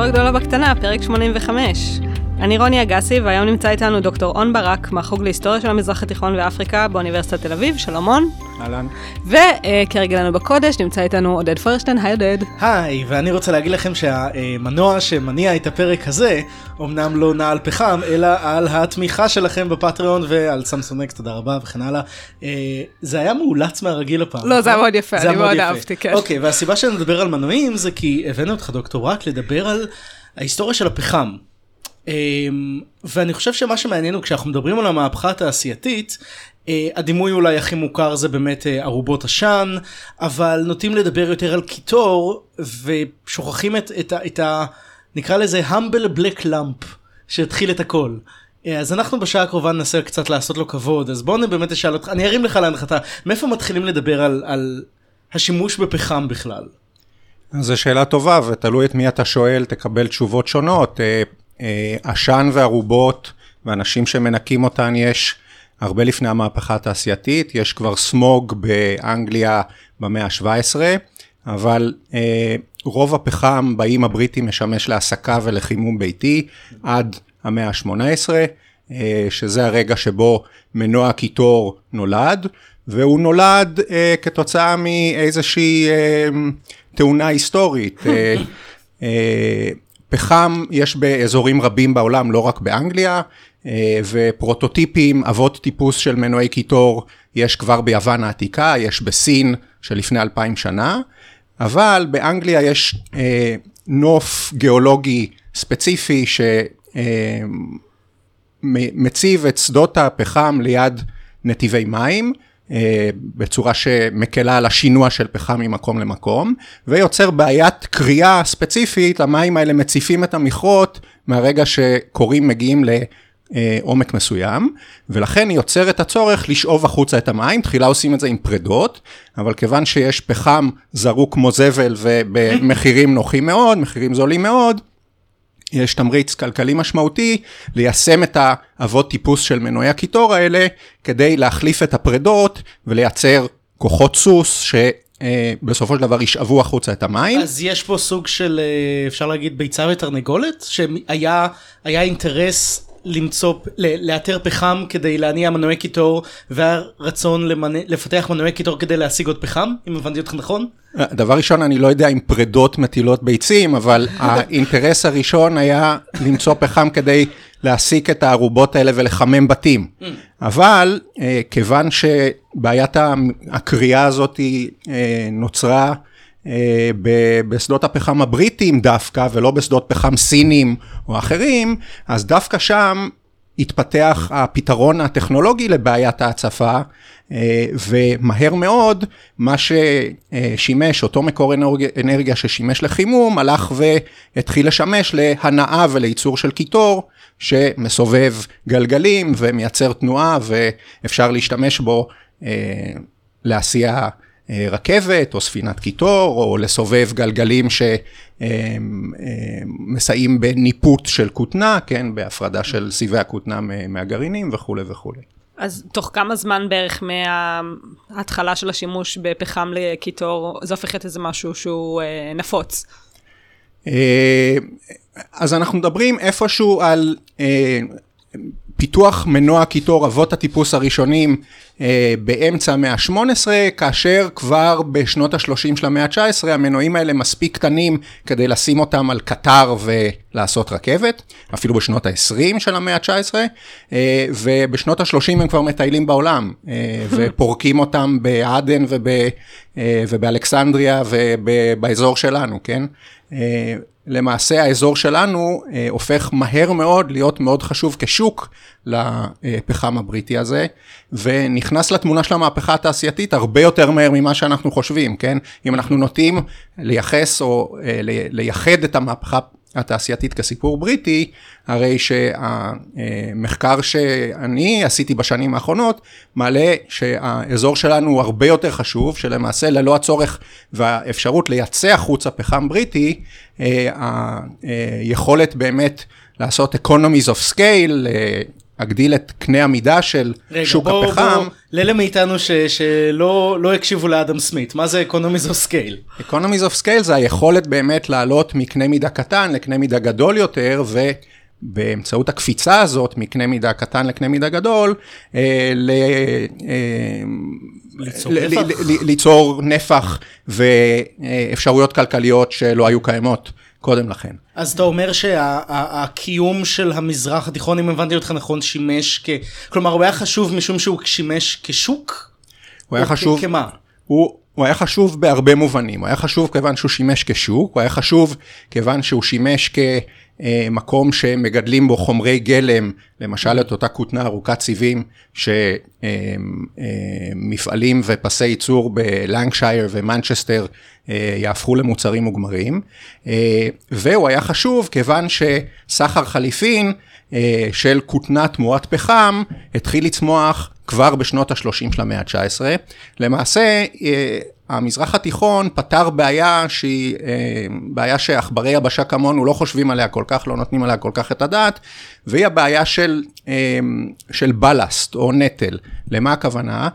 היסטוריה גדולה בקטנה, פרק 85. אני רוני אגסי, והיום נמצא איתנו דוקטור און ברק, מהחוג להיסטוריה של המזרח התיכון ואפריקה באוניברסיטת תל אביב. שלום און. אהלן. וכרגלנו בקודש נמצא איתנו עודד פוירשטיין. היי עודד. היי, ואני רוצה להגיד לכם שהמנוע שמניע את הפרק הזה, אמנם לא נע על פחם, אלא על התמיכה שלכם בפטריון ועל סמסונג, תודה רבה וכן הלאה. זה היה מאולץ מהרגיל הפעם. לא, זה היה מאוד יפה, אני מאוד אהבתי, כן. אוקיי, והסיבה שנדבר על מנועים זה כי הבאנו אותך דוקטור ברק לדבר על ההיסטוריה של הפחם. ואני חושב שמה שמעניין הוא כשאנחנו מדברים על המהפכה התעשייתית, הדימוי אולי הכי מוכר זה באמת ארובות עשן, אבל נוטים לדבר יותר על קיטור ושוכחים את נקרא לזה humble black lamp שהתחיל את הכל. אז אנחנו בשעה הקרובה ננסה קצת לעשות לו כבוד, אז בואו באמת אשאל אותך, אני ארים לך להנחתה, מאיפה מתחילים לדבר על השימוש בפחם בכלל? זו שאלה טובה, ותלוי את מי אתה שואל, תקבל תשובות שונות. עשן וארובות ואנשים שמנקים אותן יש הרבה לפני המהפכה התעשייתית, יש כבר סמוג באנגליה במאה ה-17, אבל רוב הפחם באיים הבריטים משמש להסקה ולחימום ביתי עד המאה ה-18, שזה הרגע שבו מנוע קיטור נולד, והוא נולד כתוצאה מאיזושהי תאונה היסטורית. פחם יש באזורים רבים בעולם, לא רק באנגליה, ופרוטוטיפים, אבות טיפוס של מנועי קיטור, יש כבר ביוון העתיקה, יש בסין שלפני 2000 שנה, אבל באנגליה יש נוף גיאולוגי ספציפי שמציב את שדות הפחם ליד נתיבי מים, בצורה שמקלה על השינוע של פחם ממקום למקום, ויוצר בעיית קריאה ספציפית, המים האלה מציפים את המכרות מהרגע שקורים מגיעים לעומק מסוים, ולכן יוצר את הצורך לשאוב החוצה את המים, תחילה עושים את זה עם פרדות, אבל כיוון שיש פחם זרוק כמו זבל ובמחירים נוחים מאוד, מחירים זולים מאוד, יש תמריץ כלכלי משמעותי ליישם את האבות טיפוס של מנועי הקיטור האלה, כדי להחליף את הפרדות ולייצר כוחות סוס שבסופו של דבר ישאבו החוצה את המים. אז יש פה סוג של, אפשר להגיד, ביצה ותרנגולת, שהיה אינטרס לאתר פחם כדי להניע מנועי קיטור, והרצון לפתח מנועי קיטור כדי להשיג עוד פחם, אם הבנתי אותך נכון? דבר ראשון, אני לא יודע אם פרדות מטילות ביצים, אבל האינטרס הראשון היה למצוא פחם כדי להסיק את הארובות האלה ולחמם בתים. אבל כיוון שבעיית הקריאה הזאת נוצרה בשדות הפחם הבריטיים דווקא, ולא בשדות פחם סינים או אחרים, אז דווקא שם התפתח הפתרון הטכנולוגי לבעיית ההצפה, ומהר מאוד מה ששימש, אותו מקור אנרגיה ששימש לחימום, הלך והתחיל לשמש להנאה ולייצור של קיטור, שמסובב גלגלים ומייצר תנועה, ואפשר להשתמש בו להסיע רכבת או ספינת קיטור, או לסובב גלגלים שמסייעים בניפוט של כותנה, כן, בהפרדה של סיבי הכותנה מהגרעינים וכו' וכו'. אז תוך כמה זמן בערך מההתחלה של השימוש בפחם לקיטור, זה הופך את איזה משהו שהוא נפוץ? אז אנחנו מדברים איפשהו על פיתוח מנוע קיטור, אבות הטיפוס הראשונים באמצע המאה ה-18, כאשר כבר בשנות ה-30 של המאה ה-19, המנועים האלה מספיק קטנים כדי לשים אותם על קטר ולעשות רכבת, אפילו בשנות ה-20 של המאה ה-19, ובשנות ה-30 הם כבר מטיילים בעולם, ופורקים אותם בעדן ובאלכסנדריה ובאזור שלנו, כן? למעשה האזור שלנו הופך מהר מאוד להיות מאוד חשוב כשוק לפחם הבריטי הזה, ונכנס לתמונה של המהפכה התעשייתית הרבה יותר מהר ממה שאנחנו חושבים, כן? אם אנחנו נוטים לייחס או לייחד את המהפכה התעשייתית כסיפור בריטי, הרי שהמחקר שאני עשיתי בשנים האחרונות, מעלה שהאזור שלנו הוא הרבה יותר חשוב, שלמעשה ללא הצורך והאפשרות לייצא חוץ הפחם בריטי, היכולת באמת לעשות economies of scale, להגדיל את קנה המידה של שוק הפחם. לאלה מאיתנו שלא הקשיבו לאדם סמית, מה זה Economies of Scale? Economies of Scale זה היכולת באמת לעלות מקנה מידה קטן לקנה מידה גדול יותר, ובאמצעות הקפיצה הזאת מקנה מידה קטן לקנה מידה גדול, ליצור נפח ואפשרויות כלכליות שלא היו קיימות קודם לכן. אז אתה אומר שהקיום של המזרח התיכון, אם הבנתי אותך נכון, שימש כלומר, הוא היה חשוב משום שהוא שימש כשוק? הוא היה חשוב... כמה? הוא היה חשוב בהרבה מובנים. הוא היה חשוב כיוון שהוא שימש כשוק, הוא היה חשוב כיוון שהוא שימש כמקום שמגדלים בו חומרי גלם, למשל את אותה כותנה ארוכת סיבים, שמפעלים ופסי ייצור בלנקשייר ומנצ'סטר יהפכו למוצרים מוגמרים, והוא היה חשוב כיוון שסחר חליפין של כותנה תמורת פחם התחיל לצמוח כבר בשנות ה-30 של המאה ה-19. למעשה, המזרח התיכון פתר בעיה שהיא בעיה שעכברי יבשה כמונו לא חושבים עליה כל כך, לא נותנים עליה כל כך את הדעת, והיא הבעיה של בלסט או נטל. למה הכוונה?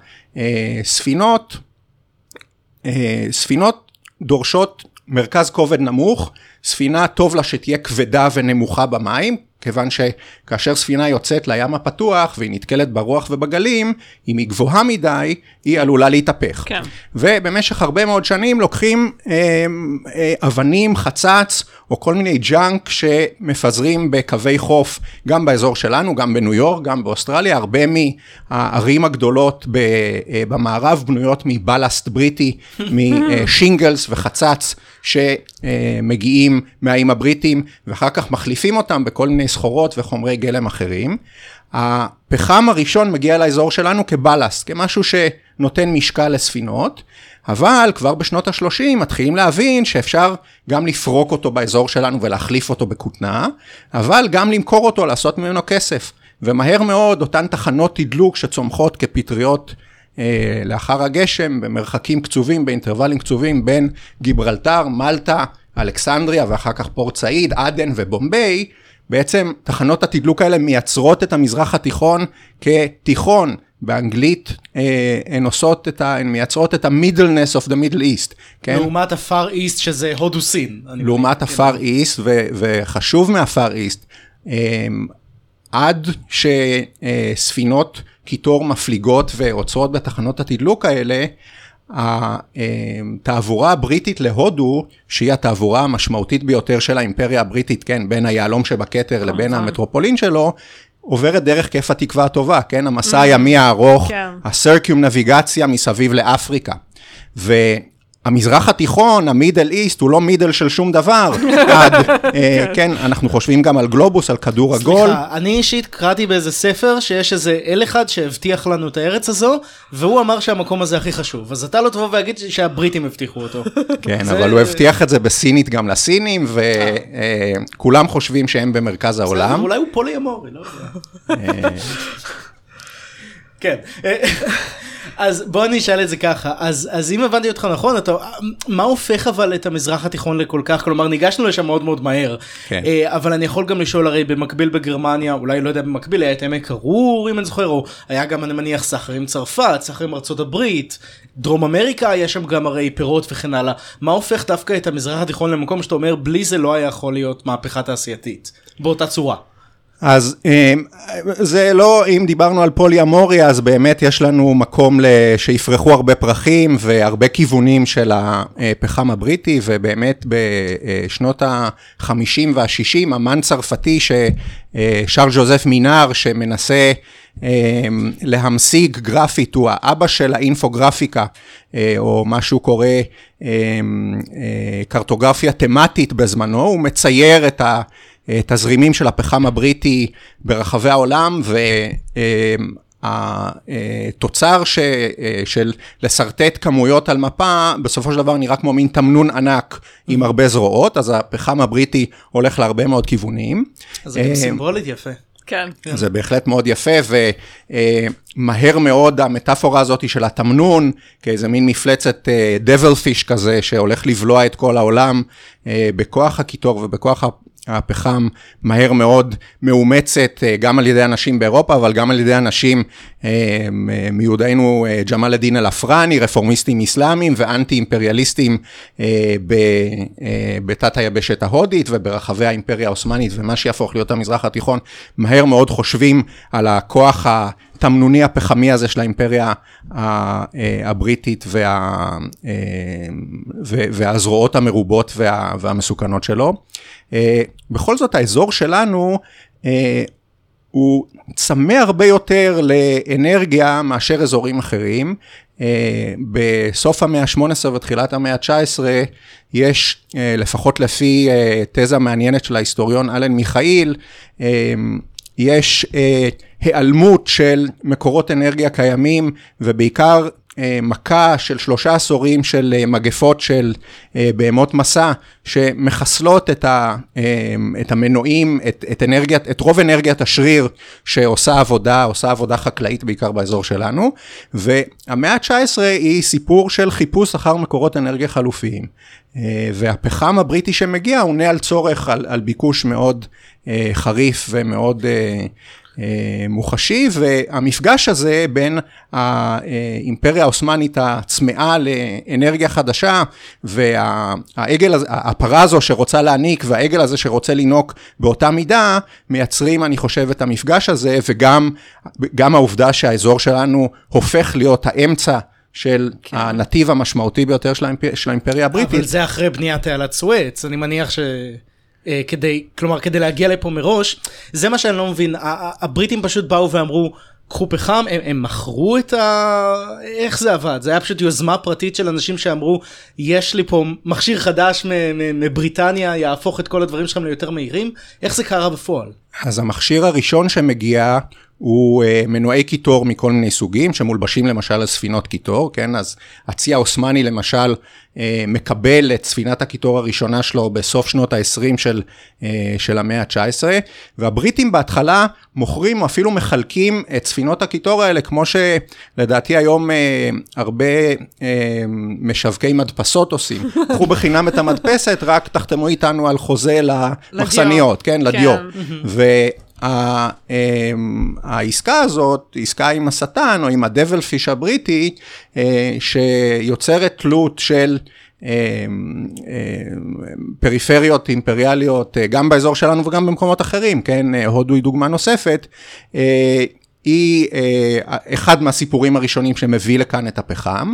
ספינות דורשות מרכז כובד נמוך, ספינה טוב לה שתהיה כבדה ונמוכה במים, כיוון שכאשר ספינה יוצאת לים הפתוח והיא נתקלת ברוח ובגלים, אם היא גבוהה מדי, היא עלולה להתהפך. כן. ובמשך הרבה מאוד שנים לוקחים אבנים, חצץ, או כל מיני ג'אנק שמפזרים בקווי חוף, גם באזור שלנו, גם בניו יורק, גם באוסטרליה, הרבה מהערים הגדולות במערב בנויות מבלסט בריטי, משינגלס וחצץ, שמגיעים מהאיים הבריטים, ואחר כך מחליפים אותם בכל מיני סחורות וחומרי גלם אחרים. הפחם הראשון מגיע לאזור שלנו כבלסט, כמשהו שנותן משקל לספינות, אבל כבר בשנות ה-30 מתחילים להבין שאפשר גם לפרוק אותו באזור שלנו ולהחליף אותו בכותנה, אבל גם למכור אותו, לעשות ממנו כסף. ומהר מאוד אותן תחנות תדלוק שצומחות כפטריות לאחר הגשם, במרחקים קצובים, באינטרוולים קצובים, בין גיברלטר, מלטה, אלכסנדריה, ואחר כך פורט סעיד, עדן ובומביי, בעצם תחנות התדלוק האלה מייצרות את המזרח התיכון כתיכון. באנגלית הן מייצרות את ה-middleness of the Middle East. כן? לעומת ה-Far East שזה הודו סין. לעומת ה-Far East, וחשוב מה-Far East, עד שספינות קיטור מפליגות ועוצרות בתחנות התדלוק האלה, התעבורה הבריטית להודו, שהיא התעבורה המשמעותית ביותר של האימפריה הבריטית, כן, בין היעלום שבכתר לבין המטרופולין שלו, עוברת דרך כיף התקווה הטובה, כן, המסע הימי הארוך, הסרקיום נביגציה מסביב לאפריקה. והמזרח התיכון, המידל איסט, הוא לא מידל של שום דבר. כן, אנחנו חושבים גם על גלובוס, על כדור עגול. סליחה, אני אישית קראתי באיזה ספר שיש איזה אל אחד שהבטיח לנו את הארץ הזו, והוא אמר שהמקום הזה הכי חשוב. אז אתה לא תבוא והגיד שהבריטים הבטיחו אותו. כן, אבל הוא הבטיח את זה בסינית גם לסינים, וכולם חושבים שהם במרכז העולם. אולי הוא פוליאמורי, לא יודע. כן. אז בוא נשאל את זה ככה, אז אם הבנתי אותך נכון, מה הופך אבל את המזרח התיכון לכל כך, כלומר ניגשנו לשם מאוד מאוד מהר, אבל אני יכול גם לשאול הרי במקביל בגרמניה, אולי לא יודע במקביל, היה את עמק ארור אם אני זוכר, או היה גם אני מניח סחר עם צרפת, סחר עם ארצות הברית, דרום אמריקה היה שם גם הרי פירות וכן הלאה, מה הופך דווקא את המזרח התיכון למקום שאתה אומר בלי זה לא היה יכול להיות מהפכה תעשייתית, באותה צורה? אז זה לא, אם דיברנו על פוליאמוריה, אז באמת יש לנו מקום שיפרחו הרבה פרחים והרבה כיוונים של הפחם הבריטי, ובאמת בשנות ה-50 וה-60, אמן צרפתי ששארל ז'וזף מינאר, שמנסה להמשיג גרפית, הוא האבא של האינפוגרפיקה, או מה שהוא קורא קרטוגרפיה תמטית בזמנו, הוא מצייר את תזרימים של הפחם הבריטי ברחבי העולם, והתוצר של לסרטט כמויות על מפה, בסופו של דבר נראה כמו מין תמנון ענק עם הרבה זרועות, אז הפחם הבריטי הולך להרבה מאוד כיוונים. אז זה גם סימבולית יפה. כן. זה בהחלט מאוד יפה, ומהר מאוד המטאפורה הזאת של התמנון, כאיזה מין מפלצת דבל פיש כזה, שהולך לבלוע את כל העולם בכוח הקיטור ובכוח הפחם מהר מאוד מאומצת גם על ידי אנשים באירופה, אבל גם על ידי אנשים מיודענו ג'מאל א-דין אל-אפרני, רפורמיסטים אסלאמיים ואנטי אימפריאליסטים בתת היבשת ההודית וברחבי האימפריה האוסמנית, ומה שיהפוך להיות המזרח התיכון, מהר מאוד חושבים על הכוח התמנוני הפחמי הזה של האימפריה הבריטית והזרועות המרובות והמסוכנות שלו. בכל זאת, האזור שלנו הוא צמא הרבה יותר לאנרגיה מאשר אזורים אחרים. בסוף המאה ה-18 ותחילת המאה ה-19 יש, לפחות לפי תזה מעניינת של ההיסטוריון אלן מיכאיל, יש העלמות של מקורות אנרגיה קיימים, ובעיקר מכה של 3 עשורים של מגפות של בהמות מסע, שמחסלות את המנועים, את רוב אנרגיית השריר שעושה עבודה חקלאית בעיקר באזור שלנו, והמאה ה-19 היא סיפור של חיפוש אחר מקורות אנרגיה חלופיים, והפחם הבריטי שמגיע עונה על צורך, על ביקוש מאוד חריף ומאוד מוחשי, והמפגש הזה בין האימפריה האוסמנית הצמאה לאנרגיה חדשה, והעגל, הפרה הזו שרוצה להעניק, והעגל הזה שרוצה לנוק באותה מידה, מייצרים, אני חושב, את המפגש הזה, וגם העובדה שהאזור שלנו הופך להיות האמצע של הנתיב המשמעותי ביותר של האימפריה הבריטית. אבל זה אחרי בניית תעלת סואץ, אני מניח כלומר, כדי להגיע לפה מראש, זה מה שאני לא מבין, הבריטים פשוט באו ואמרו, קחו פחם, הם מכרו איך זה עבד? זה היה פשוט יוזמה פרטית של אנשים שאמרו, יש לי פה מכשיר חדש מבריטניה, יהפוך את כל הדברים שלכם ליותר מהירים, איך זה קרה בפועל? אז המכשיר הראשון שמגיע, הוא מנועי קיטור מכל מיני סוגים, שמולבשים למשל על ספינות קיטור, כן? אז הצי האוסמני למשל מקבל את ספינת הקיטור הראשונה שלו בסוף שנות ה-20 של המאה ה-19, והבריטים בהתחלה מוכרים, אפילו מחלקים את ספינות הקיטור האלה, כמו שלדעתי היום הרבה משווקי מדפסות עושים. קחו בחינם את המדפסת, רק תחתמו איתנו על חוזה למחסניות, כן? לדיו. העסקה הזאת, עסקה עם השטן או עם הדבלפיש הבריטי, שיוצרת תלות של פריפריות אימפריאליות, גם באזור שלנו וגם במקומות אחרים, כן, הודו היא דוגמה נוספת, היא אחד מהסיפורים הראשונים שמביא לכאן את הפחם.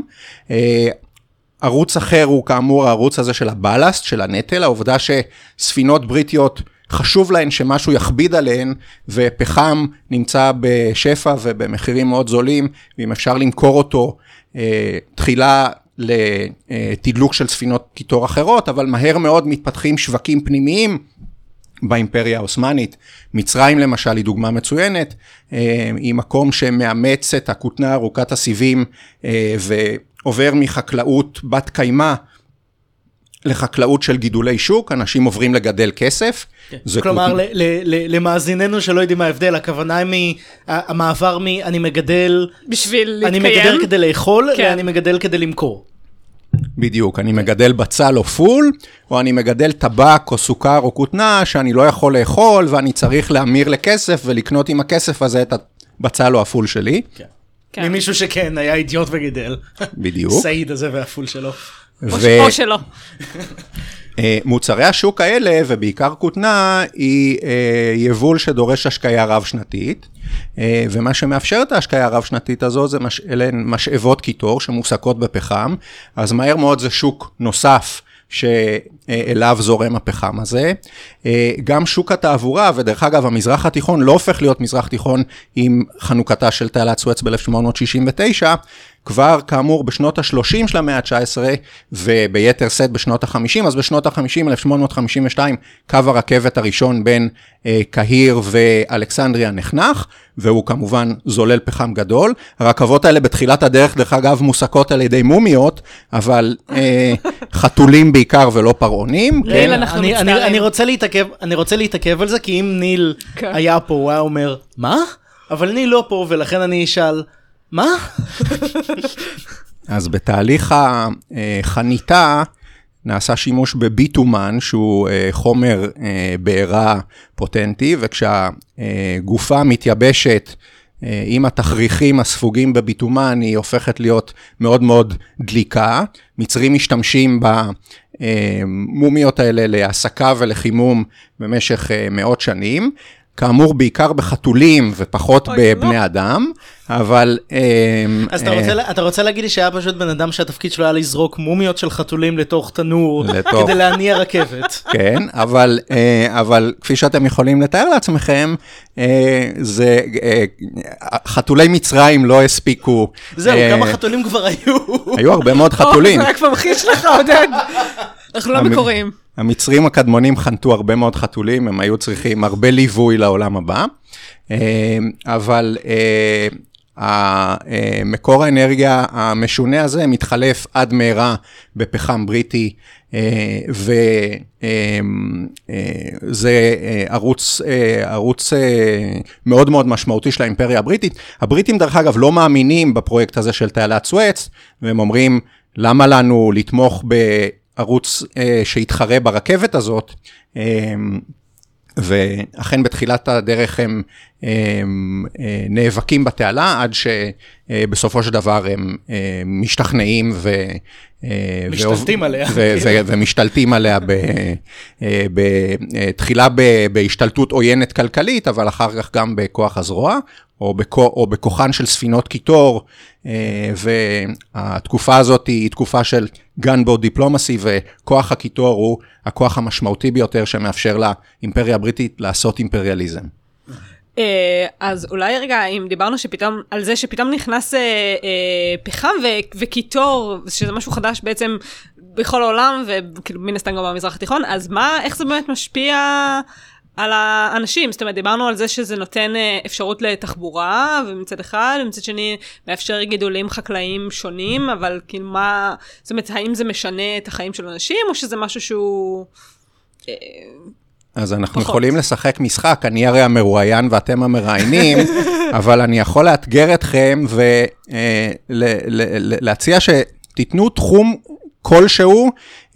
ערוץ אחר הוא כאמור הערוץ הזה של הבלסט, של הנטל, העובדה שספינות בריטיות חשוב להן שמשהו יכביד עליהן, ופחם נמצא בשפע ובמחירים מאוד זולים, ואם אפשר למכור אותו תחילה לתדלוק של ספינות קיטור אחרות, אבל מהר מאוד מתפתחים שווקים פנימיים באימפריה האוסמנית. מצרים למשל היא דוגמה מצוינת, היא מקום שמאמץ את הכותנה ארוכת הסיבים, ועובר מחקלאות בת קיימה, לחקלאות של גידולי שוק, אנשים עוברים לגדל כסף. כלומר, למאזיננו שלא יודעים מה ההבדל, הכוונה היא המעבר אני מגדל בשביל להתקיים. אני מגדל כדי לאכול, ואני מגדל כדי למכור. בדיוק, אני מגדל בצל או פול, או אני מגדל טבק או סוכר או כותנה, שאני לא יכול לאכול, ואני צריך להמיר לכסף, ולקנות עם הכסף הזה את הבצל או הפול שלי. כן. ממישהו שכן, היה אידיוט וגידל. בדיוק. סעיד הזה והפול שלו. או שלא. מוצרי השוק האלה, ובעיקר כותנה, היא יבול שדורש השקיה רב-שנתית, ומה שמאפשר את ההשקיה הרב-שנתית הזו, אלה משאבות קיטור שמוסקות בפחם, אז מהר מאוד זה שוק נוסף, שאליו זורם הפחם הזה. גם שוק התעבורה, ודרך אגב, המזרח התיכון לא הופך להיות מזרח תיכון עם חנוכתה של תעלת סואץ ב-1869, כבר כאמור בשנות ה-30 של המאה ה-19, וביתר סט בשנות ה-50, אז בשנות ה-50, 1852, קו הרכבת הראשון בין קהיר ואלכסנדריה נחנך, והוא כמובן זולל פחם גדול. הרכבות האלה בתחילת הדרך, דרך אגב, מוסקות על ידי מומיות, אבל חתולים בעיקר ולא פרעונים. ניל, אנחנו מצטערים. אני רוצה להתעכב על זה, כי אם ניל היה פה, הוא היה אומר, מה? אבל ניל לא פה, ולכן אני אשאל, מה? אז בתהליך החניתה, נעשה שימוש בביטומן, שהוא חומר בעירה פוטנטי, וכשהגופה מתייבשת עם התכריכים הספוגים בביטומן, היא הופכת להיות מאוד מאוד דליקה. מצרים משתמשים במומיות האלה להסקה ולחימום במשך מאות שנים. כאמור, בעיקר בחתולים ופחות בבני אדם, אבל... אז אתה רוצה להגיד לי שהיה פשוט בן אדם שהתפקיד שלו היה לזרוק מומיות של חתולים לתוך תנור, כדי להניע רכבת. כן, אבל כפי שאתם יכולים לתאר לעצמכם, חתולי מצרים לא הספיקו. זהו, כמה חתולים כבר היו? היו הרבה מאוד חתולים. זה רק ממחיש לך, עודד. אנחנו לא מקוריים. המצרים הקדמונים חנתו הרבה מאוד חתולים, הם היו צריכים הרבה ליווי לעולם הבא, אבל מקור האנרגיה המשונה הזה מתחלף עד מהרה בפחם בריטי, וזה ערוץ מאוד מאוד משמעותי של האימפריה הבריטית. הבריטים דרך אגב לא מאמינים בפרויקט הזה של תעלת סואץ, והם אומרים למה לנו לתמוך ערוץ שהתחרה ברכבת הזאת, ואכן בתחילת הדרך הם נאבקים בתעלה, עד שבסופו של דבר הם משתכנעים משתלטים עליה. ומשתלטים עליה בתחילה בהשתלטות עוינת כלכלית, אבל אחר כך גם בכוח הזרוע, או בכוחן של ספינות קיטור, והתקופה הזאת היא תקופה של gunboat diplomacy, וכוח הקיטור הוא הכוח המשמעותי ביותר שמאפשר לאימפריה הבריטית לעשות אימפריאליזם. אז אולי רגע, אם דיברנו על זה שפתאום נכנס פחם וקיטור, שזה משהו חדש בעצם בכל העולם, וכאילו מן הסתם גם במזרח התיכון, אז איך זה באמת משפיע על האנשים? זאת אומרת, דיברנו על זה שזה נותן אפשרות לתחבורה, ומצד אחד, ומצד שני, מאפשר גידולים חקלאיים שונים, אבל כאילו זאת אומרת, האם זה משנה את החיים של אנשים, או שזה משהו שהוא... אז אנחנו יכולים לשחק משחק, אני הרי המרואיין ואתם המראיינים, אבל אני יכול לאתגר אתכם ולהציע שתיתנו תחום כלשהו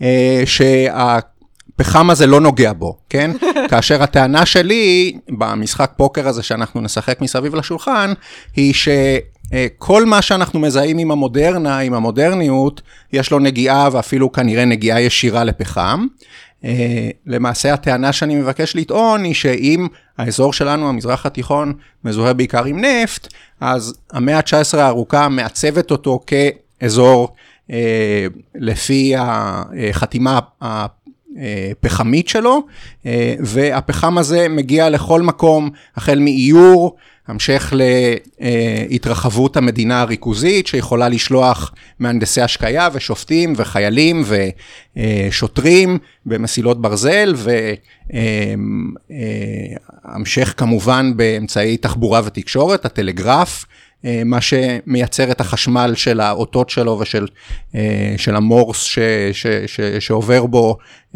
שהפחם הזה לא נוגע בו, כן? כאשר הטענה שלי במשחק פוקר הזה שאנחנו נשחק מסביב לשולחן, היא כל מה שאנחנו מזהים עם המודרנה, עם המודרניות, יש לו נגיעה ואפילו כנראה נגיעה ישירה לפחם. למעשה הטענה שאני מבקש לטעון היא שאם האזור שלנו, המזרח התיכון, מזוהה בעיקר עם נפט, אז המאה ה-19 הארוכה מעצבת אותו כאזור לפי החתימה הפחמית שלו, והפחם הזה מגיע לכל מקום, החל מאיור, המשך להתרחבות המדינה הריכוזית, שיכולה לשלוח מהנדסי השקיה ושופטים וחיילים ושוטרים במסילות ברזל, והמשך כמובן באמצעי תחבורה ותקשורת, הטלגרף, מה שמייצר את החשמל של האותות שלו ושל המורס שעובר בו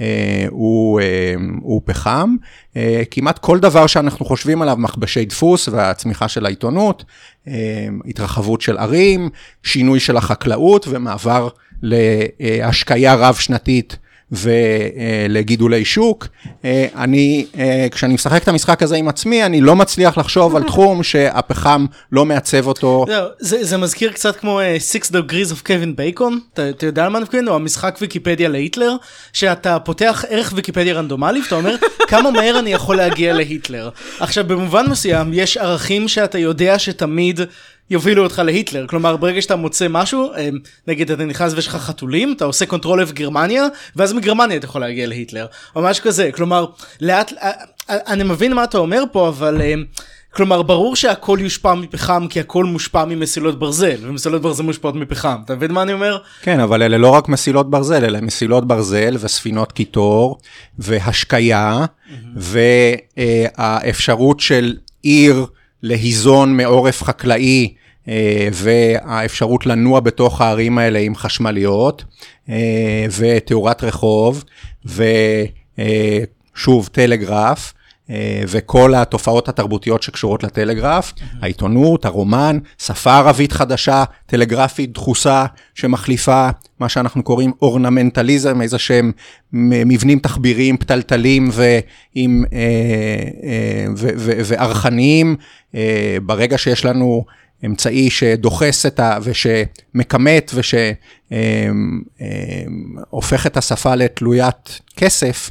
הוא פחם. כמעט כל דבר שאנחנו חושבים עליו, מכבשי דפוס והצמיחה של העיתונות, התרחבות של ערים, שינוי של החקלאות ומעבר להשקיה רב שנתית ולגידולי שוק. כשאני משחק את המשחק הזה עם עצמי, אני לא מצליח לחשוב על תחום שהפחם לא מעצב אותו. זה מזכיר קצת כמו 6 Degrees of Kevin Bacon, אתה יודע על מה נפגעים? או המשחק ויקיפדיה להיטלר, שאתה פותח ערך ויקיפדיה רנדומלי, ואתה אומר, כמה מהר אני יכול להגיע להיטלר. עכשיו, במובן מסוים, יש ערכים שאתה יודע שתמיד יובילו אותך להיטלר, כלומר ברגע שאתה מוצא משהו, נגיד אתה נכנס ויש לך חתולים, אתה עושה קונטרול גרמניה, ואז מגרמניה אתה יכול להגיע להיטלר, או משהו כזה, כלומר, אני מבין מה אתה אומר פה, אבל, כלומר, ברור שהכל יושפע מפחם, כי הכל מושפע ממסילות ברזל, ומסילות ברזל מושפעות מפחם, אתה מבין מה אני אומר? כן, אבל אלה לא רק מסילות ברזל, אלה מסילות ברזל וספינות קיטור, והשקיה, והאפשרות של עיר להיזון מעורף חקלאי, והאפשרות לנוע בתוך הערים האלה עם חשמליות, ותאורת רחוב, ושוב טלגרף, וכל התופעות התרבותיות שקשורות לטלגרף, העיתונות, הרומן, שפה ערבית חדשה, טלגרפית דחוסה שמחליפה מה שאנחנו קוראים אורנמנטליזם, איזה שהם מבנים תחביריים, פתלתלים וערכניים, ברגע שיש לנו אמצעי שדוחס ושמקמת ושהופך את השפה לתלוית כסף,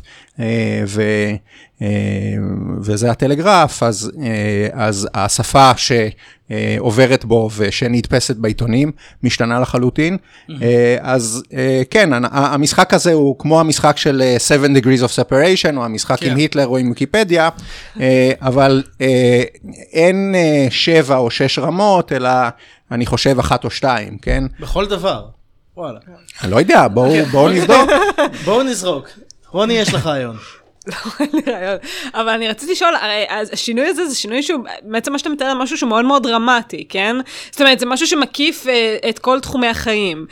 וזה הטלגרף, אז השפה שעוברת בו ושנתפסת בעיתונים משתנה לחלוטין. אז כן, המשחק הזה הוא כמו המשחק של 7 Degrees of Separation, או המשחק עם היטלר או עם ויקיפדיה, אבל אין 7 או 6 רמות, אלא אני חושב 1 או 2, כן? בכל דבר. וואלה. אני לא יודע, בואו נבדוק. בואו נזרוק. רוני, יש לך רעיון. לא, אין לי רעיון. אבל אני רציתי לשאול, הרי השינוי הזה זה שינוי שהוא, בעצם מה שאתה מתאר משהו שהוא מאוד מאוד דרמטי, כן? זאת אומרת, זה משהו שמקיף את כל תחומי החיים.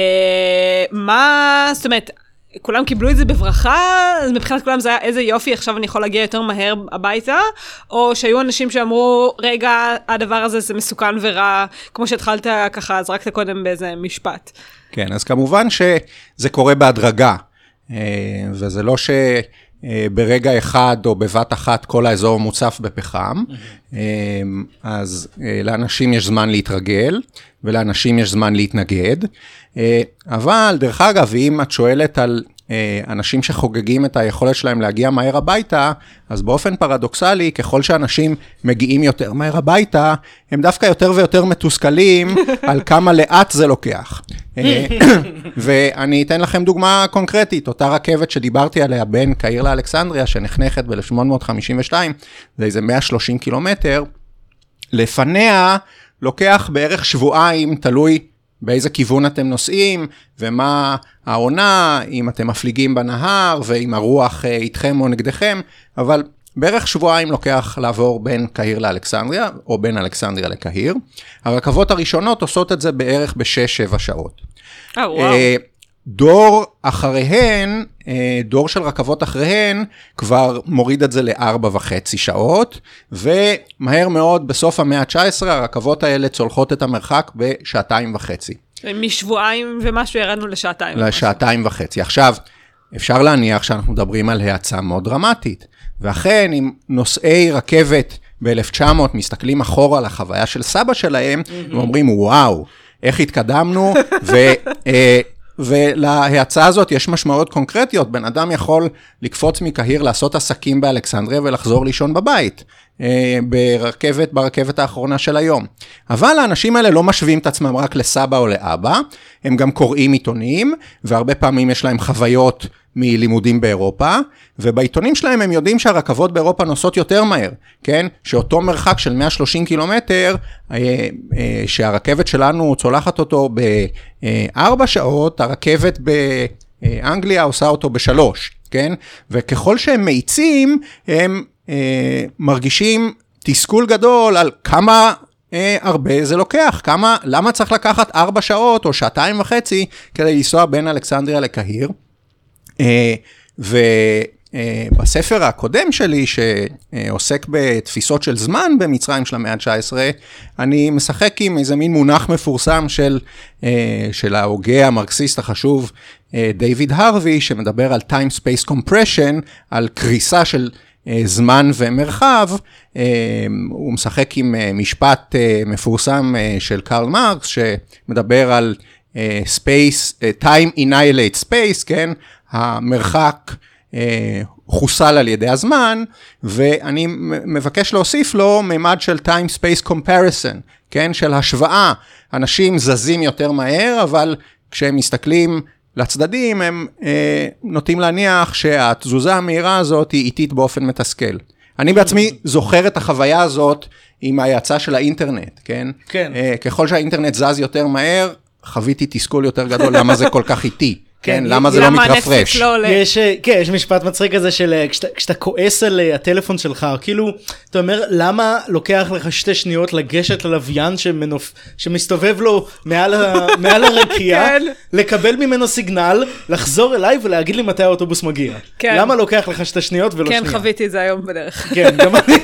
זאת אומרת, כולם קיבלו את זה בברכה, אז מבחינת כולם זה היה איזה יופי, עכשיו אני יכול להגיע יותר מהר הביתה, או שהיו אנשים שאמרו, רגע, הדבר הזה זה מסוכן ורע, כמו שהתחלת ככה, זרקת קודם באיזה משפט. כן, אז כמובן שזה קורה בהדרגה, וזה לא שברגע אחד או בבת אחת כל האזור מוצף בפחם, אז לאנשים יש זמן להתרגל, ולאנשים יש זמן להתנגד, אבל דרך אגב, אם את שואלת על אנשים שחוגגים את היכולת שלהם להגיע מהר הביתה, אז באופן פרדוקסלי, ככל שאנשים מגיעים יותר מהר הביתה, הם דווקא יותר ויותר מתוסכלים על כמה לאט זה לוקח. ואני אתן לכם דוגמה קונקרטית, אותה רכבת שדיברתי עליה בין קהיר לאלכסנדריה, שנחנכת ב-1852, זה איזה 130 קילומטר, לפניה לוקח בערך שבועיים, תלוי באיזה כיוון אתם נוסעים, ומה העונה, אם אתם מפליגים בנהר, ואם הרוח איתכם או נגדכם, אבל בערך שבועיים לוקח לעבור בין קהיר לאלכסנדריה, או בין אלכסנדריה לקהיר. הרכבות הראשונות עושות את זה בערך ב6-7 שעות. וואו. דור אחריהן, דור של רכבות אחריהן, כבר מוריד את זה ל4.5 שעות, ומהר מאוד בסוף המאה ה-19, הרכבות האלה צולחות את המרחק ב2.5. משבועיים ומשהו ירדנו לשעתיים. ל2.5. עכשיו, אפשר להניח שאנחנו מדברים על האצה מאוד דרמטית, ואכן, אם נוסעי רכבת ב-1900 מסתכלים אחורה על החוויה של סבא שלהם, ואומרים, וואו, איך התקדמנו, ולהצעה הזאת יש משמעויות קונקרטיות, בן אדם יכול לקפוץ מקהיר, לעשות עסקים באלכסנדריה ולחזור לישון בבית, ברכבת האחרונה של היום. אבל האנשים האלה לא משווים את עצמם רק לסבא או לאבא, הם גם קוראים עיתונים, והרבה פעמים יש להם חוויות מלימודים באירופה, ובעיתונים שלהם הם יודעים שהרכבות באירופה נוסעות יותר מהר, כן? שאותו מרחק של 130 קילומטר, שהרכבת שלנו צולחת אותו ב4 שעות, הרכבת באנגליה עושה אותו ב3, כן? וככל שהם מאיצים, הם מרגישים תסכול גדול על כמה הרבה זה לוקח, למה צריך לקחת 4 שעות או 2.5 כדי לנסוע בין אלכסנדריה לקהיר. ובספר הקודם שלי שעוסק בתפיסות של זמן במצרים של המאה ה-19, אני משחק עם איזה מין מונח מפורסם של ההוגה המרקסיסט החשוב דיוויד הרווי, שמדבר על time space compression, על קריסה של זמן ומרחב. הוא משחק עם משפט מפורסם של קרל מרקס שמדבר על space, time annihilates space, כן? המרחק חוסל על ידי הזמן, ואני מבקש להוסיף לו ממד של time space comparison, כן? של השוואה. אנשים זזים יותר מהר, אבל כשהם מסתכלים לצדדים, הם נוטים להניח שהתזוזה המהירה הזאת היא איטית באופן מתסכל. אני בעצמי זוכר את החוויה הזאת עם ההאצה של האינטרנט, כן? כן. ככל שהאינטרנט זז יותר מהר, חוויתי תסכול יותר גדול, למה זה כל כך איטי. כן, למה זה לא מתרפרש? יש משפט מצחיק כזה של כשאתה כועס על הטלפון שלך, כאילו, אתה אומר, למה לוקח לך 2 שניות לגשת ללוויין שמסתובב לו מעל הרקיע, לקבל ממנו סיגנל, לחזור אליי ולהגיד לי מתי האוטובוס מגיע. למה לוקח לך 2 שניות ולא שנייה? כן, חוויתי את זה היום בדרך. כן, גם אני.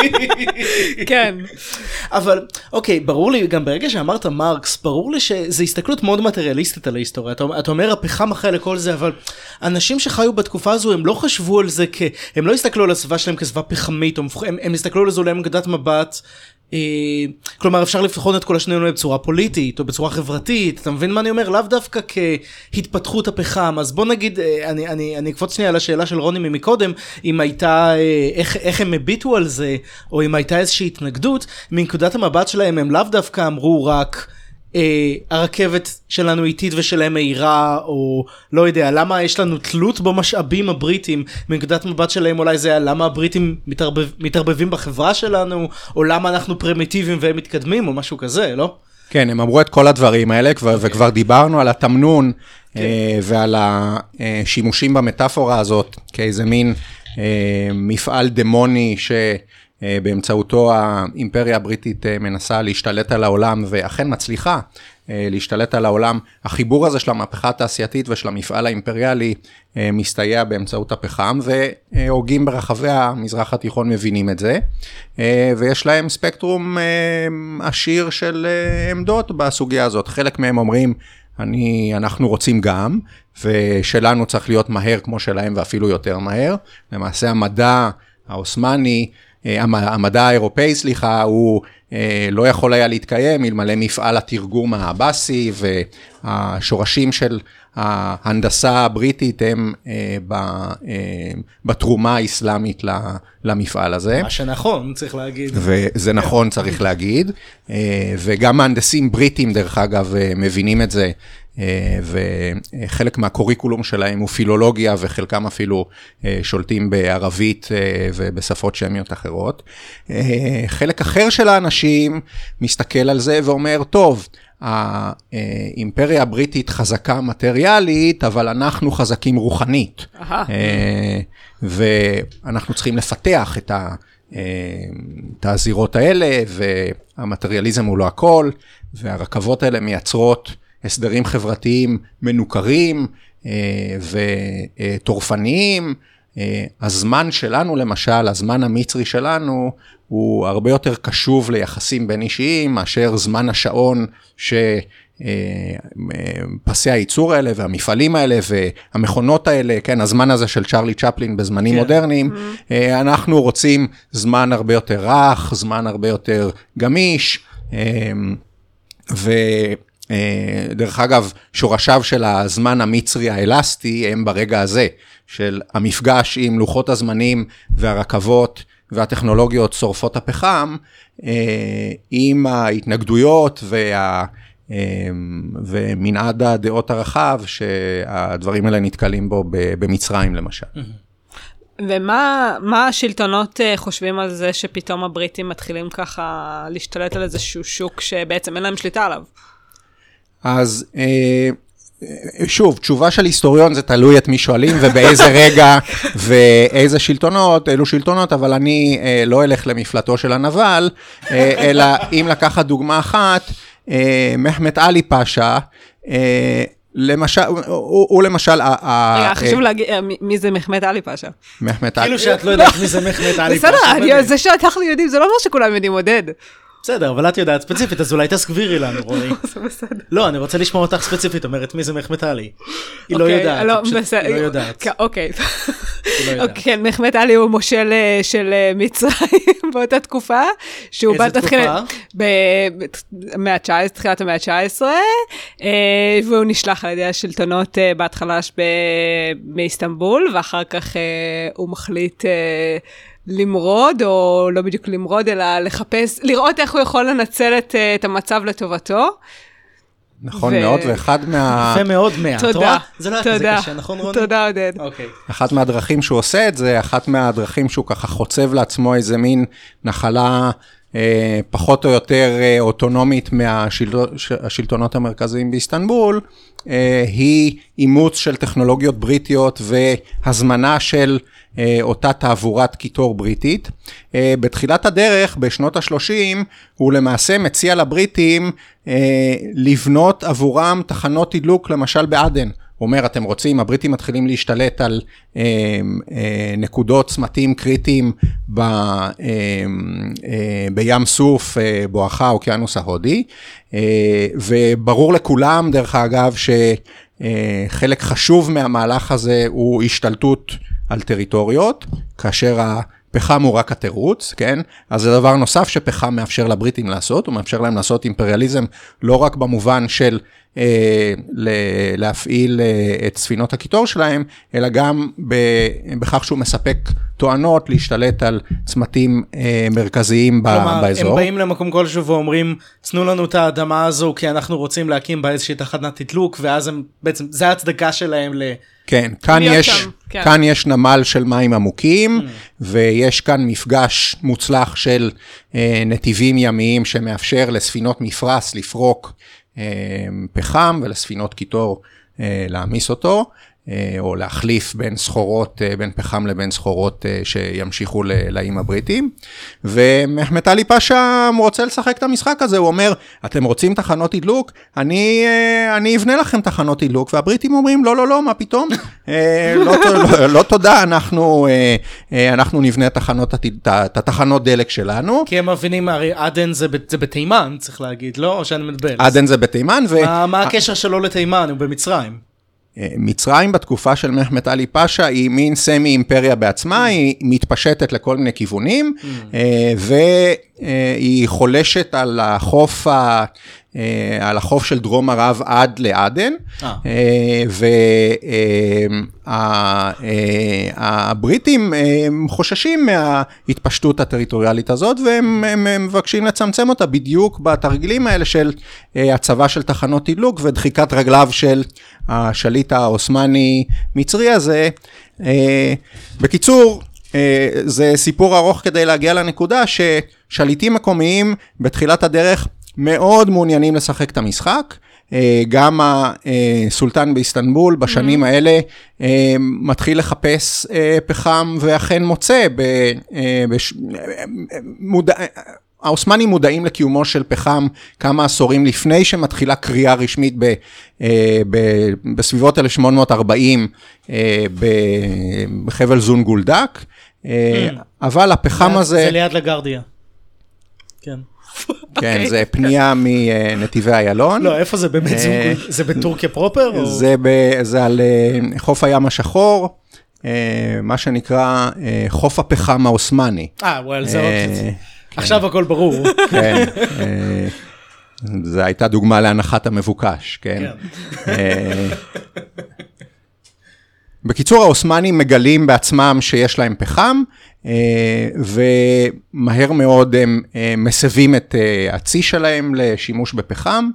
כן. אבל, אוקיי, ברור לי, גם ברגע שאמרת מרקס, ברור לי שזו הסתכלות מאוד מטריאליסטית על ההיסטוריה. אתה אומר, הפחם אחרי לכל זה, אבל אנשים שחיו בתקופה הזו, הם לא חשבו על זה הם לא הסתכלו על הסביבה שלהם כסביבה פחמית, הם הסתכלו על זה אולי מנקודת מבט, כלומר אפשר לבחון את כל השנינו בצורה פוליטית או בצורה חברתית, אתה מבין מה אני אומר? לאו דווקא כהתפתחות הפחם. אז בוא נגיד, אני אקפוץ שנייה על השאלה של רוני ממקודם, אם הייתה, איך הם הביטו על זה, או אם הייתה איזושהי התנגדות, מנקודת המבט שלהם הם לאו דווקא אמרו רק הרכבת שלנו איטית ושלהם מהירה, או לא יודע, למה יש לנו תלות במשאבים הבריטים, מנקודת מבט שלהם אולי זה למה הבריטים מתערבבים בחברה שלנו, או למה אנחנו פרימיטיביים והם מתקדמים, או משהו כזה, לא? כן, הם אמרו את כל הדברים האלה, וכבר דיברנו על התמנון, ועל השימושים במטאפורה הזאת, כאיזה מין מפעל דמוני באמצעותו האימפריה הבריטית מנסה להשתלט על העולם, ואכן מצליחה להשתלט על העולם. החיבור הזה של המהפכה התעשייתית ושל המפעל האימפריאלי מסתייע באמצעות הפחם, והוגים ברחבי המזרח התיכון מבינים את זה, ויש להם ספקטרום עשיר של עמדות בסוגיה הזאת. חלק מהם אומרים, אנחנו רוצים גם, ושלנו צריך להיות מהר כמו שלהם ואפילו יותר מהר. למעשה המדע האוסמני, המדע האירופאי, סליחה, הוא לא יכול היה להתקיים אלמלא מפעל התרגום האבסי, והשורשים של ההנדסה הבריטית הם בתרומה האסלאמית למפעל הזה. מה שנכון, צריך להגיד. וזה נכון, צריך להגיד. וגם מהנדסים בריטים, דרך אגב, מבינים את זה, וחלק מהקוריקולום שלהם הוא פילולוגיה, וחלקם אפילו שולטים בערבית ובשפות שמיות אחרות. חלק אחר של האנשים מסתכל על זה ואומר, טוב, האימפריה הבריטית חזקה מטריאלית, אבל אנחנו חזקים רוחנית. ואנחנו צריכים לפתח את הזירות האלה, והמטריאליזם הוא לא הכל, והרכבות האלה מייצרות הסדרים חברתיים מנוכרים וטורפניים. הזמן שלנו למשל, הזמן המצרי שלנו, הוא הרבה יותר קשוב ליחסים בין אישיים, מאשר זמן השעון שפסי הייצור האלה והמפעלים האלה והמכונות האלה, כן, הזמן הזה של צ'רלי צ'פלין בזמנים מודרניים, אנחנו רוצים זמן הרבה יותר רך, זמן הרבה יותר גמיש, דרך אגב, שורשיו של הזמן המצרי האלסטי הם ברגע הזה, של המפגש עם לוחות הזמנים והרכבות והטכנולוגיות שורפות הפחם, עם ההתנגדויות ומנעד הדעות הרחב שהדברים האלה נתקלים בו במצרים למשל. ומה השלטונות חושבים על זה שפתאום הבריטים מתחילים ככה להשתלט על איזשהו שוק שבעצם אין להם שליטה עליו? אז שוב, תשובה של היסטוריון זה תלוי את מי שואלים ובאיזה רגע ואיזה שלטונות, אילו שלטונות, אבל אני לא אלך למפלטו של הנבל, אלא אם לקחת דוגמה אחת, מחמד עלי פאשה, למשל, הוא למשל... רגע, חשוב להגיד, מי זה מחמד עלי פאשה? מחמד עלי... כאילו שאת לא יודעת מי זה מחמד עלי פאשה. בסדר, זה שאנחנו יודעים, זה לא אומר שכולם יודעים עודד. בסדר, אבל את יודעת ספציפית, אז אולי תסגבירי לנו, רוני. זה בסדר. לא, אני רוצה לשמוע אותך ספציפית, אומרת מי זה מחמד עלי. היא לא יודעת, היא לא יודעת. אוקיי. כן, מחמד עלי הוא מושל של מצרים באותה תקופה, שהוא בא תחילת המאה ה-19, והוא נשלח על ידי השלטונות בהתחלה באיסטנבול, ואחר כך הוא מחליט למרוד, או לא בדיוק למרוד, אלא לחפש, לראות איך הוא יכול לנצל את המצב לטובתו. נכון מאוד, ואחד יפה מאוד, תודה. זה לא היה כזה קשה, נכון רוני? תודה עודד. אוקיי. אחת מהדרכים שהוא עושה את זה, אחת מהדרכים שהוא ככה חוצב לעצמו איזה מין נחלה פחות או יותר אוטונומית מהשלטונות המרכזיים באיסטנבול, היא אימוץ של טכנולוגיות בריטיות והזמנה של אותה תעבורת קיטור בריטית. בתחילת הדרך, בשנות ה-30, הוא למעשה מציע לבריטים לבנות עבורם תחנות תדלוק, למשל בעדן. הוא אומר, אתם רוצים, הבריטים מתחילים להשתלט על נקודות צמתים קריטיים בים סוף, בואכה אוקיינוס ההודי, וברור לכולם, דרך אגב, שחלק חשוב מהמהלך הזה הוא השתלטות על טריטוריות, כאשר פחם הוא רק התירוץ, כן? אז זה דבר נוסף שפחם מאפשר לבריטים לעשות, הוא מאפשר להם לעשות אימפריאליזם לא רק במובן של להפעיל את ספינות הקיטור שלהם, אלא גם בכך שהוא מספק טוענות להשתלט על צמתים מרכזיים באזור. כלומר, הם באים למקום כלשהו ואומרים, תנו לנו את האדמה הזו, כי אנחנו רוצים להקים בה איזושהי תחנת תדלוק, ואז הם בעצם, זה ההצדקה שלהם כן, כאן יש נמל של מים עמוקים, ויש כאן מפגש מוצלח של נתיבים ימיים שמאפשר לספינות מפרס לפרוק פחם ולספינות קיטור להמיס אותו, או להחליף בין סחורות, בין פחם לבין סחורות שימשיכו לאיים הבריטים. ומחמד עלי פאשה רוצה לשחק את המשחק הזה, הוא אומר, אתם רוצים תחנות תדלוק? אני אבנה לכם תחנות תדלוק, והבריטים אומרים, לא, מה פתאום? לא תודה, אנחנו נבנה את התחנות דלק שלנו. כי הם מבינים, הרי עדן זה בתימן, צריך להגיד, לא? או שאני מדבר? עדן זה בתימן. מה הקשר שלו לתימן? הוא במצרים. מצרים בתקופה של מחמד עלי פאשה היא מין סמי אימפריה בעצמה, היא מתפשטת לכל מיני כיוונים, והיא חולשת על החוף של דרום ערב עד לעדן, והבריטים חוששים מההתפשטות הטריטוריאלית הזאת, והם מבקשים לצמצם אותה בדיוק בתרגילים האלה של הצבה של תחנות תדלוק, ודחיקת רגליו של השליט האוסמני מצרי הזה. בקיצור, זה סיפור ארוך כדי להגיע לנקודה ששליטים מקומיים בתחילת הדרך מאוד מעוניינים לשחק את המשחק. גם הסולטן באיסטנבול בשנים האלה מתחיל לחפש פחם ואכן מוצא. האוסמנים מודעים לקיומו של פחם כמה עשורים לפני שמתחילה קריאה רשמית בסביבות 1840 בחבל זונגולדק, אבל הפחם הזה... זה ליד לגרדיה. כן. כן, זה פנייה מנתיבי איילון. לא, איפה זה באמת? זה בטורקיה פרופר? זה על חוף הים השחור, מה שנקרא חוף הפחם האוסמני. וואל, זה עוד... עכשיו הכל ברור. כן, זו הייתה דוגמה להנחת המבוקש, כן. בקיצור, האוסמנים מגלים בעצמם שיש להם פחם, ומהר מאוד הם מסבים את הצי שלהם לשימוש בפחם,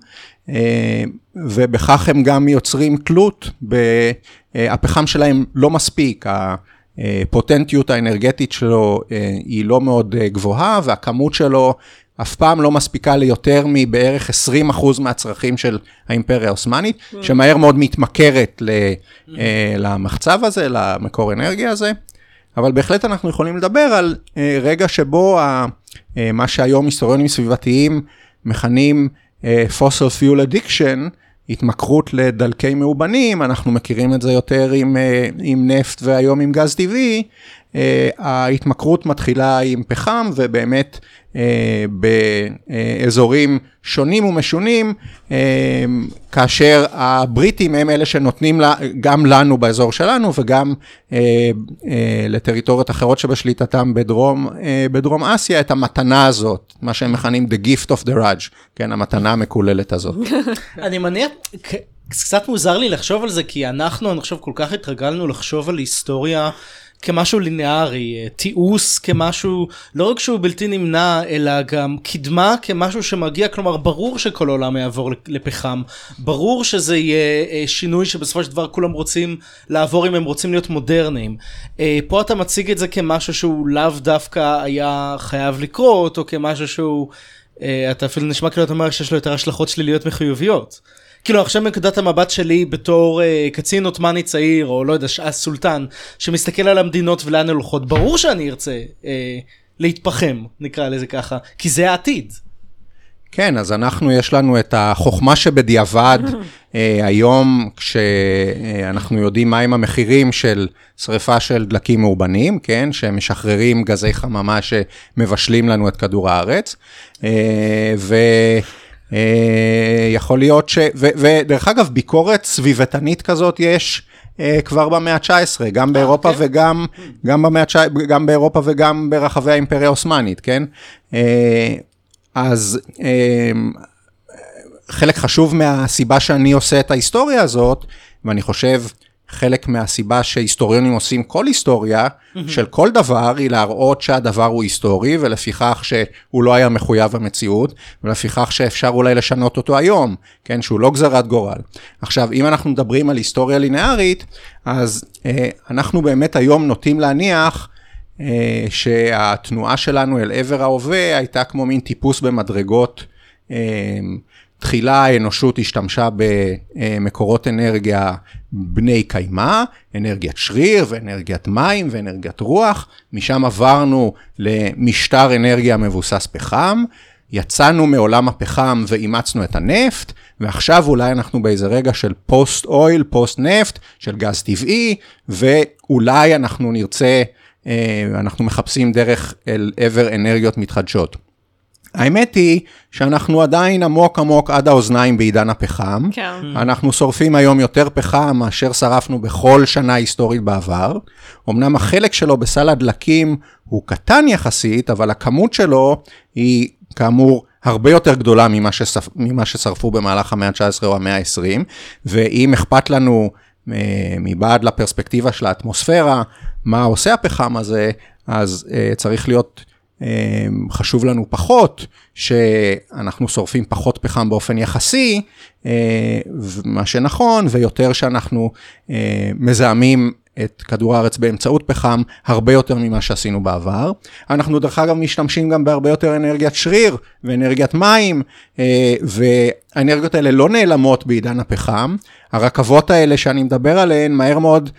ובכך הם גם יוצרים תלות, הפחם שלהם לא מספיק, הפוטנטיות האנרגטית שלו היא לא מאוד גבוהה, והכמות שלו אף פעם לא מספיקה ליותר מבערך 20% מהצרכים של האימפריה האוסמנית, שמהר מאוד מתמכרת למחצב הזה, למקור אנרגיה הזה. אבל בהחלט אנחנו יכולים לדבר על רגע שבו מה שהיום היסטוריונים סביבתיים מכנים fossil fuel addiction, התמכרות לדלקי מאובנים, אנחנו מכירים את זה יותר עם נפט והיום עם גז טבעי, ההתמכרות מתחילה עם פחם, ובאמת באזורים שונים ומשונים, כאשר הבריטים הם אלה שנותנים גם לנו באזור שלנו, וגם לטריטוריות אחרות שבשליטתם בדרום אסיה, את המתנה הזאת, מה שהם מכנים the gift of the Raj, כן, המתנה המקוללת הזאת. אני מניח, קצת מוזר לי לחשוב על זה, כי אני חושב כל כך התרגלנו לחשוב על היסטוריה, כמשהו ליניארי, תיעוש כמשהו, לא רק שהוא בלתי נמנע, אלא גם קדמה כמשהו שמגיע, כלומר ברור שכל העולם יעבור לפחם, ברור שזה יהיה שינוי שבסופו של דבר כולם רוצים לעבור אם הם רוצים להיות מודרניים. פה אתה מציג את זה כמשהו שהוא לאו דווקא היה חייב לקרות, או כמשהו שהוא, אתה אפילו נשמע כאילו אתה אומר שיש לו יותר השלכות שליליות מחיוביות. כאילו עכשיו מנקודת המבט שלי בתור קצין עות'מאני צעיר, או לא יודע, סולטן, שמסתכל על המדינות ולאן הולכות, ברור שאני ארצה להתפחם, נקרא לזה ככה, כי זה העתיד. כן, אז יש לנו את החוכמה שבדיעבד, היום כשאנחנו יודעים מהם המחירים של שריפה של דלקים מאובנים, כן, שמשחררים גזי חממה שמבשלים לנו את כדור הארץ, יכול להיות ודרך אגב, ביקורת סביבתנית כזאת יש כבר במאה ה-19, גם באירופה גם באירופה וגם ברחבי האימפריה האוסמנית, כן? אז חלק חשוב מהסיבה שאני עושה את ההיסטוריה הזאת, ואני חושב חלק מהסיבה שהיסטוריונים עושים כל היסטוריה של כל דבר, היא להראות שהדבר הוא היסטורי, ולפיכך שהוא לא היה מחויב המציאות, ולפיכך שאפשר אולי לשנות אותו היום, כן, שהוא לא גזרת גורל. עכשיו, אם אנחנו מדברים על היסטוריה לינארית, אז אנחנו באמת היום נוטים להניח שהתנועה שלנו אל עבר ההווה הייתה כמו מין טיפוס במדרגות. תחילה האנושות השתמשה במקורות אנרגיה בני קיימה, אנרגיית שריר ואנרגיית מים ואנרגיית רוח, משם עברנו למשטר אנרגיה מבוסס פחם, יצאנו מעולם הפחם ואימצנו את הנפט, ועכשיו אולי אנחנו באיזה רגע של פוסט אויל, פוסט נפט, של גז טבעי, ואולי אנחנו נרצה, אנחנו מחפשים דרך אל עבר אנרגיות מתחדשות. האמת היא שאנחנו עדיין עמוק עמוק עד האוזניים בעידן הפחם. כן. אנחנו שורפים היום יותר פחם מאשר שרפנו בכל שנה היסטורית בעבר. אמנם החלק שלו בסל הדלקים הוא קטן יחסית, אבל הכמות שלו היא כאמור הרבה יותר גדולה ממה ששרפו במהלך המאה ה-19 או המאה ה-20, ואם אכפת לנו מבעד לפרספקטיבה של האטמוספירה, מה עושה הפחם הזה, אז צריך להיות חשוב לנו פחות, שאנחנו שורפים פחות פחם באופן יחסי, מה שנכון, ויותר שאנחנו מזהמים את כדור הארץ באמצעות פחם, הרבה יותר ממה שעשינו בעבר. אנחנו דרך אגב משתמשים גם בהרבה יותר אנרגיית שריר, ואנרגיית מים, והאנרגיות האלה לא נעלמות בעידן הפחם. הרכבות האלה שאני מדבר עליהן, מהר מאוד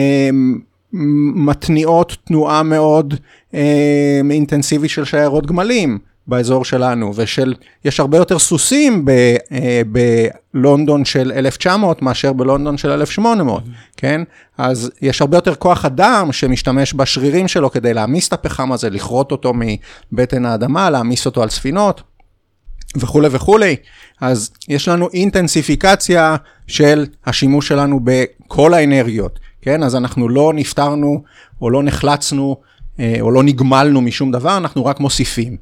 מתניעות תנועה מאוד אינטנסיבית של שיירות גמלים באזור שלנו, יש הרבה יותר סוסים בלונדון של 1900 מאשר בלונדון של 1800, כן? אז יש הרבה יותר כוח אדם שמשתמש בשרירים שלו כדי להמיס את הפחם הזה, לכרות אותו מבטן האדמה, להמיס אותו על ספינות וכו' וכו'. אז יש לנו אינטנסיפיקציה של השימוש שלנו בכל האנרגיות, כן? אז אנחנו לא נפטרנו או לא נחלצנו או לא נגמלנו משום דבר, אנחנו רק מוסיפים.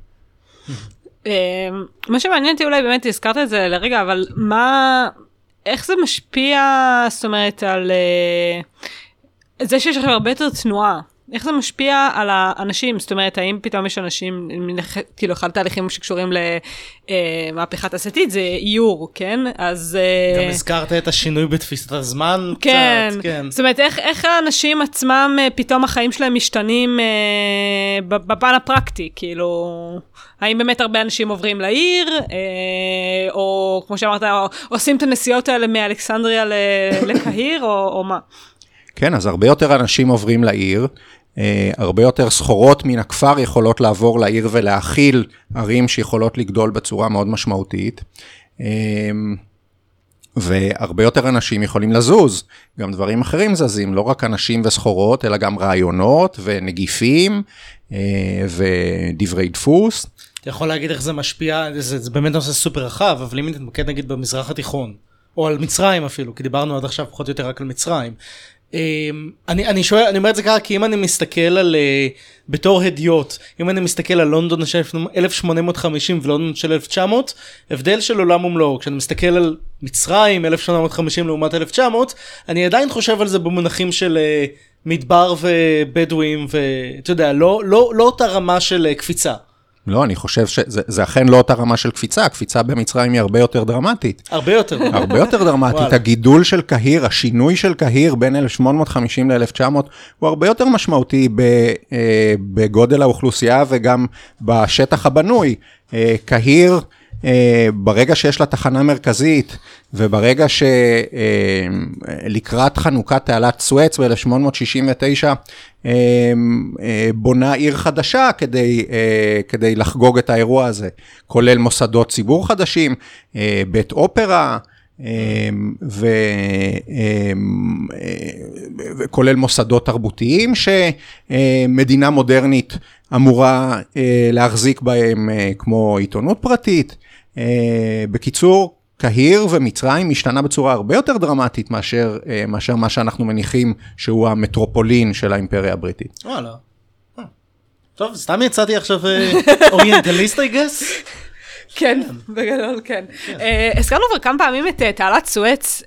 מה שמעניין אותי, אולי באמת הזכרת את זה לרגע, אבל איך זה משפיע, זאת אומרת, על זה שיש עכשיו הרבה יותר תנועה, איך זה משפיע על האנשים? זאת אומרת, האם פתאום יש אנשים, כאילו, אחד התהליכים שקשורים למהפכה תעשייתית, זה איור, כן? אז גם הזכרת את השינוי בתפיסת הזמן. כן, קצת, כן. זאת אומרת, איך האנשים עצמם, פתאום החיים שלהם משתנים בפן הפרקטי, כאילו, האם באמת הרבה אנשים עוברים לעיר, או כמו שאמרת, עושים את הנסיעות האלה מאלכסנדריה לקהיר, או מה? כן, אז הרבה יותר אנשים עוברים לעיר, הרבה יותר סחורות מן הכפר יכולות לעבור לעיר ולהכיל ערים שיכולות לגדול בצורה מאוד משמעותית, והרבה יותר אנשים יכולים לזוז, גם דברים אחרים זזים, לא רק אנשים וסחורות, אלא גם רעיונות ונגיפים ודברי דפוס. אתה יכול להגיד איך זה משפיע, זה באמת נושא סופר רחב, אבל אם נתמקד נגיד במזרח התיכון, או על מצרים אפילו, כי דיברנו עד עכשיו פחות או יותר רק על מצרים, אני אומר את זה ככה, כי אם אני מסתכל על, בתור הדיוט, אם אני מסתכל על לונדון של 1850 ולונדון של 1900, הבדל של עולם ומלואו. כשאני מסתכל על מצרים 1850 לעומת 1900, אני עדיין חושב על זה במונחים של מדבר ובדואים, ואתה יודע, לא אותה רמה של קפיצה. לא, אני חושב שזה אכן לא אותה רמה של קפיצה, הקפיצה במצרים היא הרבה יותר דרמטית. הרבה יותר. הרבה יותר דרמטית. הגידול של קהיר, השינוי של קהיר בין 1850 ל-1900, הוא הרבה יותר משמעותי בגודל האוכלוסייה וגם בשטח הבנוי. קהיר, ברגע שיש לה תחנה מרכזית, וברגע שלקראת חנוכת תעלת סואץ ב-1869, בונה עיר חדשה כדי לחגוג את האירוע הזה, כולל מוסדות ציבור חדשים, בית אופרה, וכולל מוסדות תרבותיים שמדינה מודרנית אמורה להחזיק בהם, כמו עיתונות פרטית. בקיצור, קהיר ומצרים משתנה בצורה הרבה יותר דרמטית מאשר מה שאנחנו מניחים שהוא המטרופולין של האימפריה הבריטית. וואלה. טוב, סתם יצאתי עכשיו אוריינטליסט, I guess? כן, בגדול, כן. הזכרנו כבר כמה פעמים את תעלת סואץ,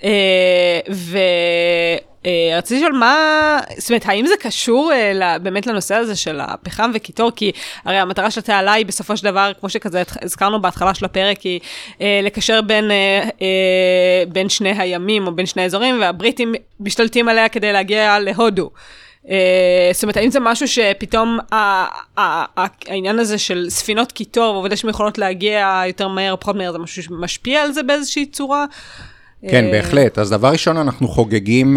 רציתי לשאול זאת אומרת, האם זה קשור באמת לנושא הזה של הפחם וקיטור? כי הרי המטרה של התעלה היא בסופו של דבר, כמו שכזה הזכרנו בהתחלה של הפרק, היא לקשר בין שני הימים או בין שני האזורים, והבריטים משתלטים עליה כדי להגיע להודו. זאת אומרת, האם זה משהו שפתאום העניין הזה של ספינות קיטור, ועובדה שהן יכולות להגיע יותר מהר או פחות מהר, זה משהו שמשפיע על זה באיזושהי צורה? כן, בהחלט. אז דבר ראשון, אנחנו חוגגים,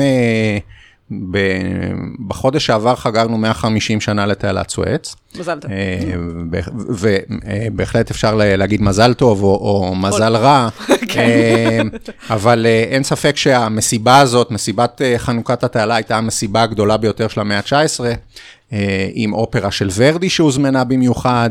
בחודש שעבר חגגנו 150 שנה לתעלת סואץ. מזל טוב. ובהחלט אפשר להגיד מזל טוב או מזל רע, אבל אין ספק שהמסיבה הזאת, מסיבת חנוכת התעלה, הייתה המסיבה הגדולה ביותר של המאה ה-19, עם אופרה של ורדי שהוזמנה במיוחד,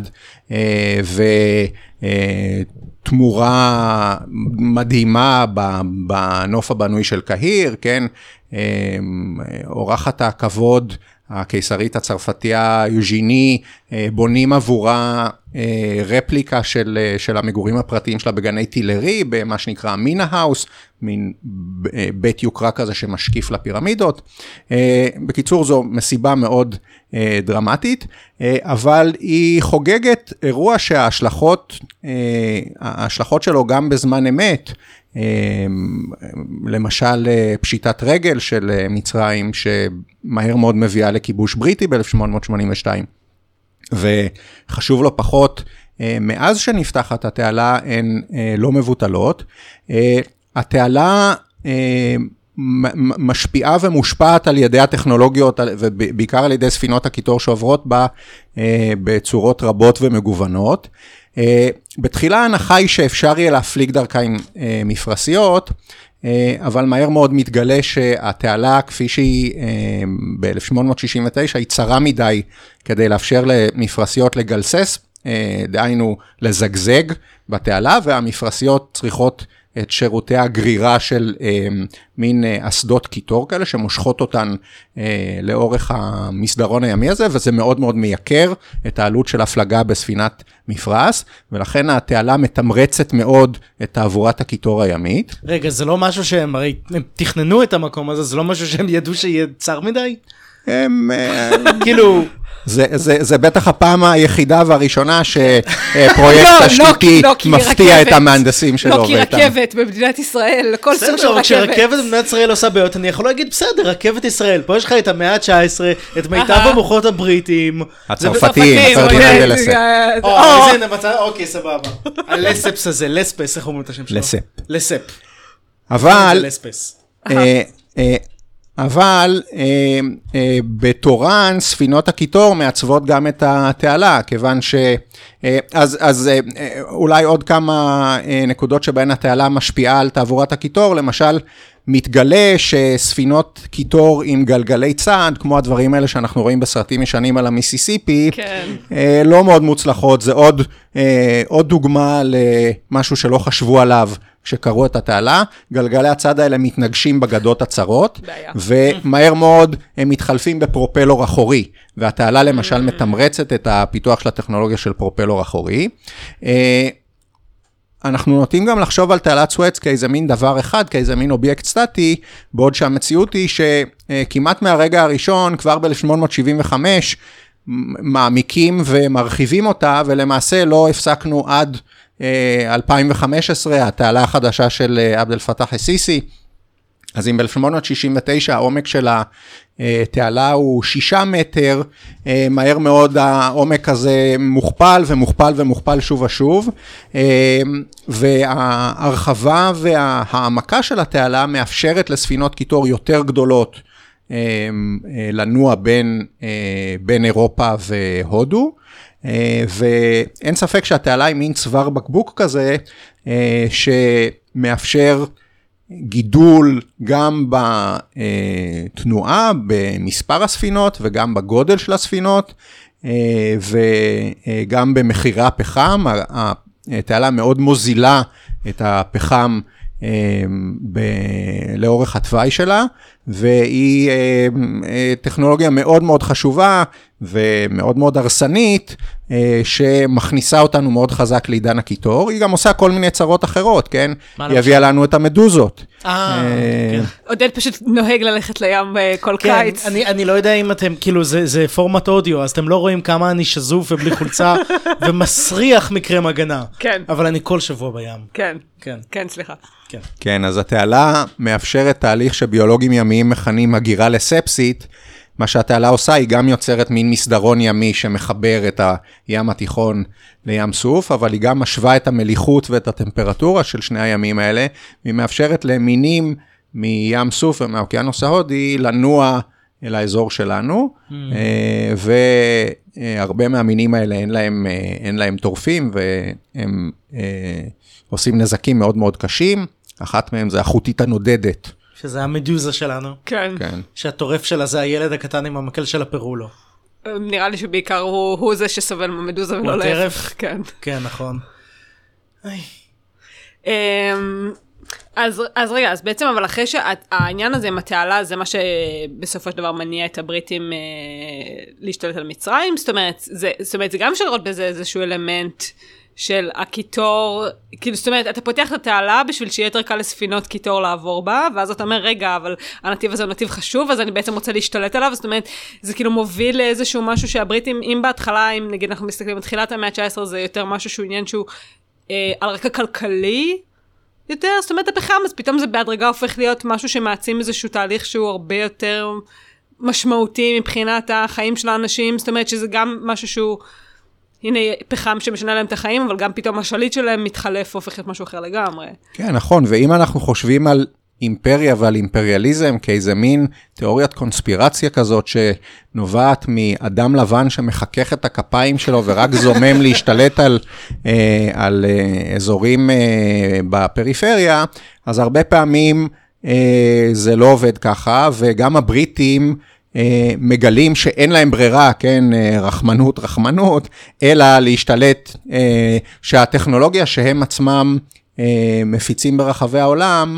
תמורה מדהימה בנוף הבנוי של קהיר, כן? אורחת הכבוד, הקיסרית הצרפתיה יוז'יני, בונים עבורה רפליקה של המגורים הפרטיים שלה בגני טילרי, במה שנקרא מינה האוס, מין בית יוקרה כזה שמשקיף לפירמידות. בקיצור, זו מסיבה מאוד דרמטית, אבל היא חוגגת אירוע שההשלכות שלו גם בזמן אמת, למשל פשיטת רגל של מצרים שמהר מאוד מביאה לכיבוש בריטי ב-1882, וחשוב לו פחות, מאז שנפתחת התעלה הן לא מבוטלות. התעלה משפיעה ומושפעת על ידי הטכנולוגיות, ובעיקר על ידי ספינות הקיטור שעוברות בה בצורות רבות ומגוונות. בתחילה ההנחה היא שאפשר יהיה להפליג דרכה עם מפרסיות, אבל מהר מאוד מתגלה שהתעלה כפי שהיא ב-1869 היא צרה מדי כדי לאפשר למפרסיות לגלסס, דהיינו לזגזג בתעלה, והמפרסיות צריכות את שירותי הגרירה של מין אסדות קיטור כאלה, שמושכות אותן לאורך המסדרון הימי הזה, וזה מאוד מאוד מייקר את העלות של הפלגה בספינת מפרס, ולכן התעלה מתמרצת מאוד את תעבורת הקיטור הימית. רגע, זה לא משהו שהם, הרי הם תכננו את המקום הזה, זה לא משהו שהם ידעו שיהיה צר מדי? כאילו... זה בטח הפעם היחידה והראשונה שפרויקט תשתיתי מפתיע את המהנדסים שלו. לא, כי רכבת במדינת ישראל, כל סוג של רכבת. כשרכבת במדינת ישראל עושה בעיות, אני יכול להגיד, בסדר, רכבת ישראל, פה יש לך את המאה ה-19, את מיטב המוחות הבריטים. הצרפתיים, אוקיי, סבבה. הלספס הזה, לספס, איך אומרים את השם שלו? לספ. אבל בתורן ספינות הקיטור מעצבות גם את התעלה, כיוון אז אולי עוד כמה נקודות שבהן התעלה משפיעה על תעבורת הקיטור, למשל מתגלה שספינות קיטור עם גלגלי צעד, כמו הדברים האלה שאנחנו רואים בסרטים ישנים על המיסיסיפי, לא מאוד מוצלחות, זה עוד דוגמה למשהו שלא חשבו עליו שקראו את התעלה, גלגלי הצד האלה מתנגשים בגדות הצרות, ומהר מאוד הם מתחלפים בפרופלור אחורי, והתעלה למשל מתמרצת את הפיתוח של הטכנולוגיה של פרופלור אחורי. אנחנו נוטים גם לחשוב על תעלת סואץ כאיזה מין דבר אחד, כאיזה מין אובייקט סטטי, בעוד שהמציאות היא שכמעט מהרגע הראשון, כבר ב-1875, מעמיקים ומרחיבים אותה, ולמעשה לא הפסקנו עד 2015, התעלה החדשה של עבד אל פתאח א-סיסי. אז אם ב-1869 העומק של התעלה הוא 6 מטר, מהר מאוד העומק הזה מוכפל ומוכפל ומוכפל שוב ושוב, וההרחבה והעמקה של התעלה מאפשרת לספינות קיטור יותר גדולות לנוע בין אירופה והודו, ואין ספק שהתעלה היא מין צוואר בקבוק כזה, שמאפשר גידול גם בתנועה, במספר הספינות וגם בגודל של הספינות, וגם במחירי הפחם. התעלה מאוד מוזילה את הפחם לאורך התוואי שלה, והיא טכנולוגיה מאוד מאוד חשובה ומאוד מאוד הרסנית, שמכניסה אותנו מאוד חזק לעידן הקיטור. היא גם עושה כל מיני צרות אחרות, כן? היא הביאה לנו את המדוזות. עודד פשוט נוהג ללכת לים כל קיץ. אני לא יודע אם אתם, כאילו זה פורמט אודיו, אז אתם לא רואים כמה אני שזוף ובלי חולצה, ומסריח מקרם הגנה. כן. אבל אני כל שבוע בים. כן. כן, סליחה. כן, אז התעלה מאפשרת תהליך שביולוגים ימיים מכנים הגירה לספסית. מה שהתעלה עושה, היא גם יוצרת מין מסדרון ימי שמחבר את הים התיכון לים סוף, אבל היא גם משווה את המליחות ואת הטמפרטורה של שני הימים האלה, והיא מאפשרת למינים מים סוף ומהאוקיינוס ההודי לנוע אל האזור שלנו, והרבה מהמינים האלה אין להם טורפים, והם עושים נזקים מאוד מאוד קשים. אחת מהם זה החוטית הנודדת. שזה המדוזה שלנו. כן. שהטורף שלה זה הילד הקטן עם המקל של הפירולו. נראה לי שבעיקר הוא זה שסובל מהמדוזה ולא להפך. כן, נכון. אז רגע, אז בעצם, אבל אחרי שהעניין הזה עם התעלה, זה מה שבסופו של דבר מניע את הבריטים להשתלט על מצרים, זאת אומרת, זה גם אפשר לראות בזה איזשהו אלמנט של הקיטור, כאילו, זאת אומרת, אתה פותח את התעלה בשביל שיהיה יותר קל לספינות קיטור לעבור בה, ואז אתה אומר, רגע, אבל הנתיב הזה הוא נתיב חשוב, אז אני בעצם רוצה להשתלט עליו, זאת אומרת, זה כאילו מוביל לאיזשהו משהו שהבריטים, אם בהתחלה, אם נגיד אנחנו מסתכלים בתחילת המאה ה-19, זה יותר משהו שהוא עניין שהוא על רקע כלכלי יותר, זאת אומרת, הפחם, אז פתאום זה בהדרגה הופך להיות משהו שמעצים איזשהו תהליך שהוא הרבה יותר משמעותי מבחינת החיים של האנשים, זאת אומרת שזה גם משהו שהוא הנה פחם שמשנה להם את החיים, אבל גם פתאום השליט שלהם מתחלף, הופך להיות משהו אחר לגמרי. כן, נכון, ואם אנחנו חושבים על אימפריה ועל אימפריאליזם, כאיזה מין תיאוריית קונספירציה כזאת, שנובעת מאדם לבן שמחכך את הכפיים שלו, ורק זומם להשתלט על אזורים בפריפריה, אז הרבה פעמים זה לא עובד ככה, וגם הבריטים, מגלים שאין להם ברירה, כן, רחמנות, אלא להשתלט, שהטכנולוגיה שהם עצמם מפיצים ברחבי העולם,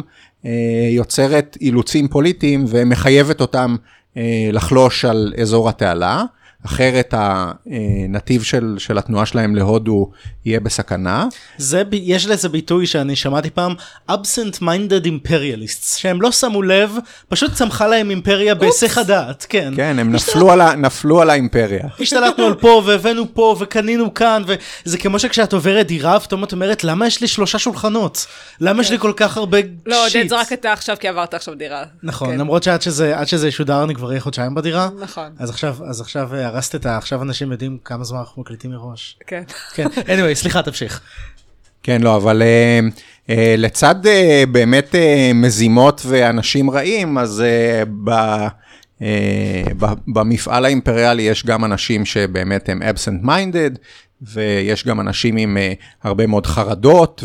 יוצרת אילוצים פוליטיים ומחייבת אותם לחלוש על אזור התעלה, אחרת הנתיב של התנועה שלהם להודו יהיה בסכנה. יש לזה ביטוי שאני שמעתי פעם, absent-minded imperialists, שהם לא שמו לב, פשוט צמחה להם אימפריה בהיסח הדעת, כן. כן, הם נפלו על האימפריה. השתלטנו על פה, והבאנו פה, וקנינו כאן, וזה כמו שכשאת עוברת דירה, פתאום את אומרת, למה יש לי 3 שולחנות? למה יש לי כל כך הרבה שיט? לא, עודד, זה רק אתה עכשיו, כי עברת עכשיו דירה. נכון, למרות שעד שזה ישודר, אני כבר אהיה חודשיים בדירה. נכון. אז עכשיו הרסת עכשיו אנשים יודעים כמה זמן אנחנו מקליטים מראש. כן. כן, anyway, סליחה, תמשיך. כן, לא, אבל לצד באמת מזימות ואנשים רעים, אז במפעל האימפריאלי יש גם אנשים שבאמת הם absent-minded, ויש גם אנשים עם הרבה מאוד חרדות,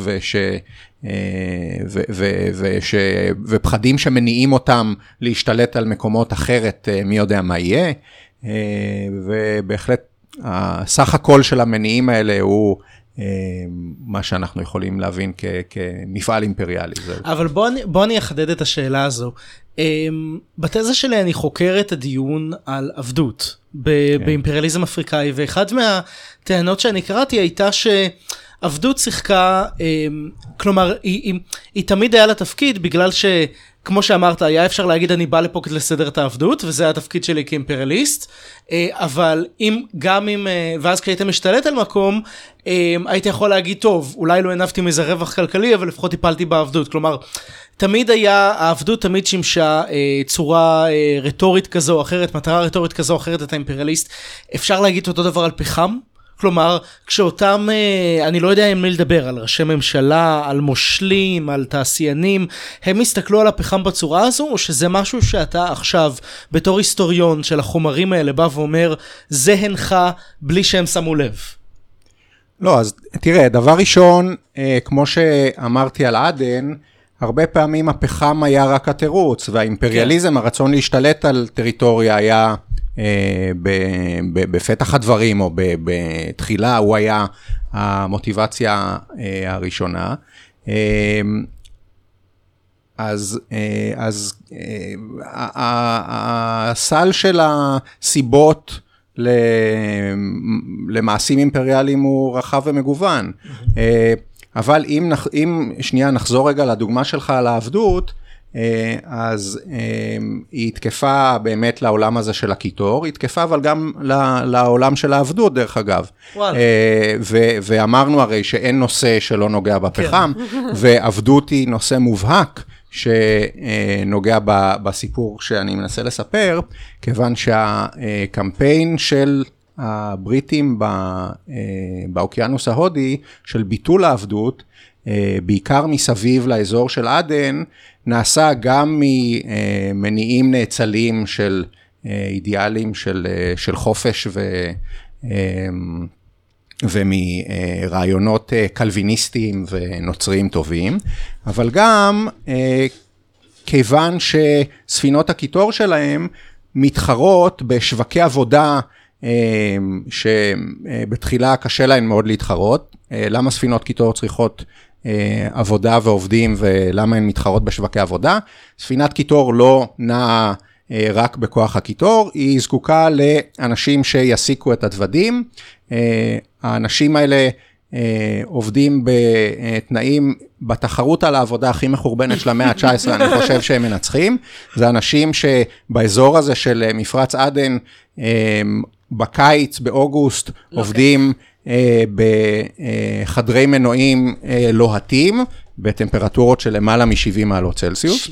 ופחדים שמניעים אותם להשתלט על מקומות אחרת, מי יודע מה יהיה. ובהחלט הסך הכל של המניעים האלה הוא מה שאנחנו יכולים להבין כמפעל אימפריאלי. אבל בוא אני אחדד את השאלה הזו. בתזה שלי אני חוקר את הדיון על עבדות באימפריאליזם אפריקאי, ואחד מהטענות שאני קראתי הייתה עבדות שיחקה, כלומר, היא תמיד היה לה תפקיד, בגלל שכמו שאמרת, היה אפשר להגיד, אני בא לפה כדי לסדר את העבדות, וזה התפקיד שלי כאימפריאליסט, אבל ואז כשהיית משתלט על מקום, הייתי יכול להגיד, טוב, אולי לא הנפתי מזה רווח כלכלי, אבל לפחות טיפלתי בעבדות. כלומר, תמיד העבדות תמיד שימשה צורה רטורית כזו או אחרת, מטרה רטורית כזו או אחרת, אתה אימפריאליסט. אפשר להגיד אותו דבר על פחם? כלומר, כשאותם, אני לא יודע אם מי לדבר, על ראשי ממשלה, על מושלים, על תעשיינים, הם הסתכלו על הפחם בצורה הזו, או שזה משהו שאתה עכשיו, בתור היסטוריון של החומרים האלה, בא ואומר, זה הנך בלי שהם שמו לב? לא, אז תראה, דבר ראשון, כמו שאמרתי על עדן, הרבה פעמים הפחם היה רק התירוץ, והאימפריאליזם, כן. הרצון להשתלט על טריטוריה היה בפתח הדברים, או בתחילה, הוא היה המוטיבציה הראשונה. אז הסל של הסיבות למעשים אימפריאליים הוא רחב ומגוון. אבל אם שנייה נחזור רגע לדוגמה שלך על העבדות, אז היא התקפה באמת לעולם הזה של הקיטור, היא התקפה אבל גם לעולם של העבדות דרך אגב. ואמרנו הרי שאין נושא שלא נוגע בפחם, ועבדות היא נושא מובהק שנוגע בסיפור שאני מנסה לספר, כיוון שהקמפיין של הבריטים באוקיינוס ההודי של ביטול העבדות, בעיקר מסביב לאזור של עדן, נעשה גם ממניעים נאצלים של אידיאלים של חופש ומרעיונות קלוויניסטיים ונוצריים טובים, אבל גם כיוון שספינות הקיטור שלהם מתחרות בשווקי עבודה שבתחילה קשה להן מאוד להתחרות. למה ספינות קיטור צריכות עבודה ועובדים ולמה הן מתחרות בשווקי עבודה? ספינת קיטור לא נעה רק בכוח הקיטור, היא זקוקה לאנשים שיסיקו את הדוודים. האנשים האלה עובדים בתנאים, בתחרות על העבודה הכי מחורבנת של המאה ה-19, אני חושב שהם מנצחים. זה אנשים שבאזור הזה של מפרץ עדן, בקיץ, באוגוסט, עובדים בחדרי מנועים לוהטים, בטמפרטורות של למעלה מ-70 מעלות צלסיוס.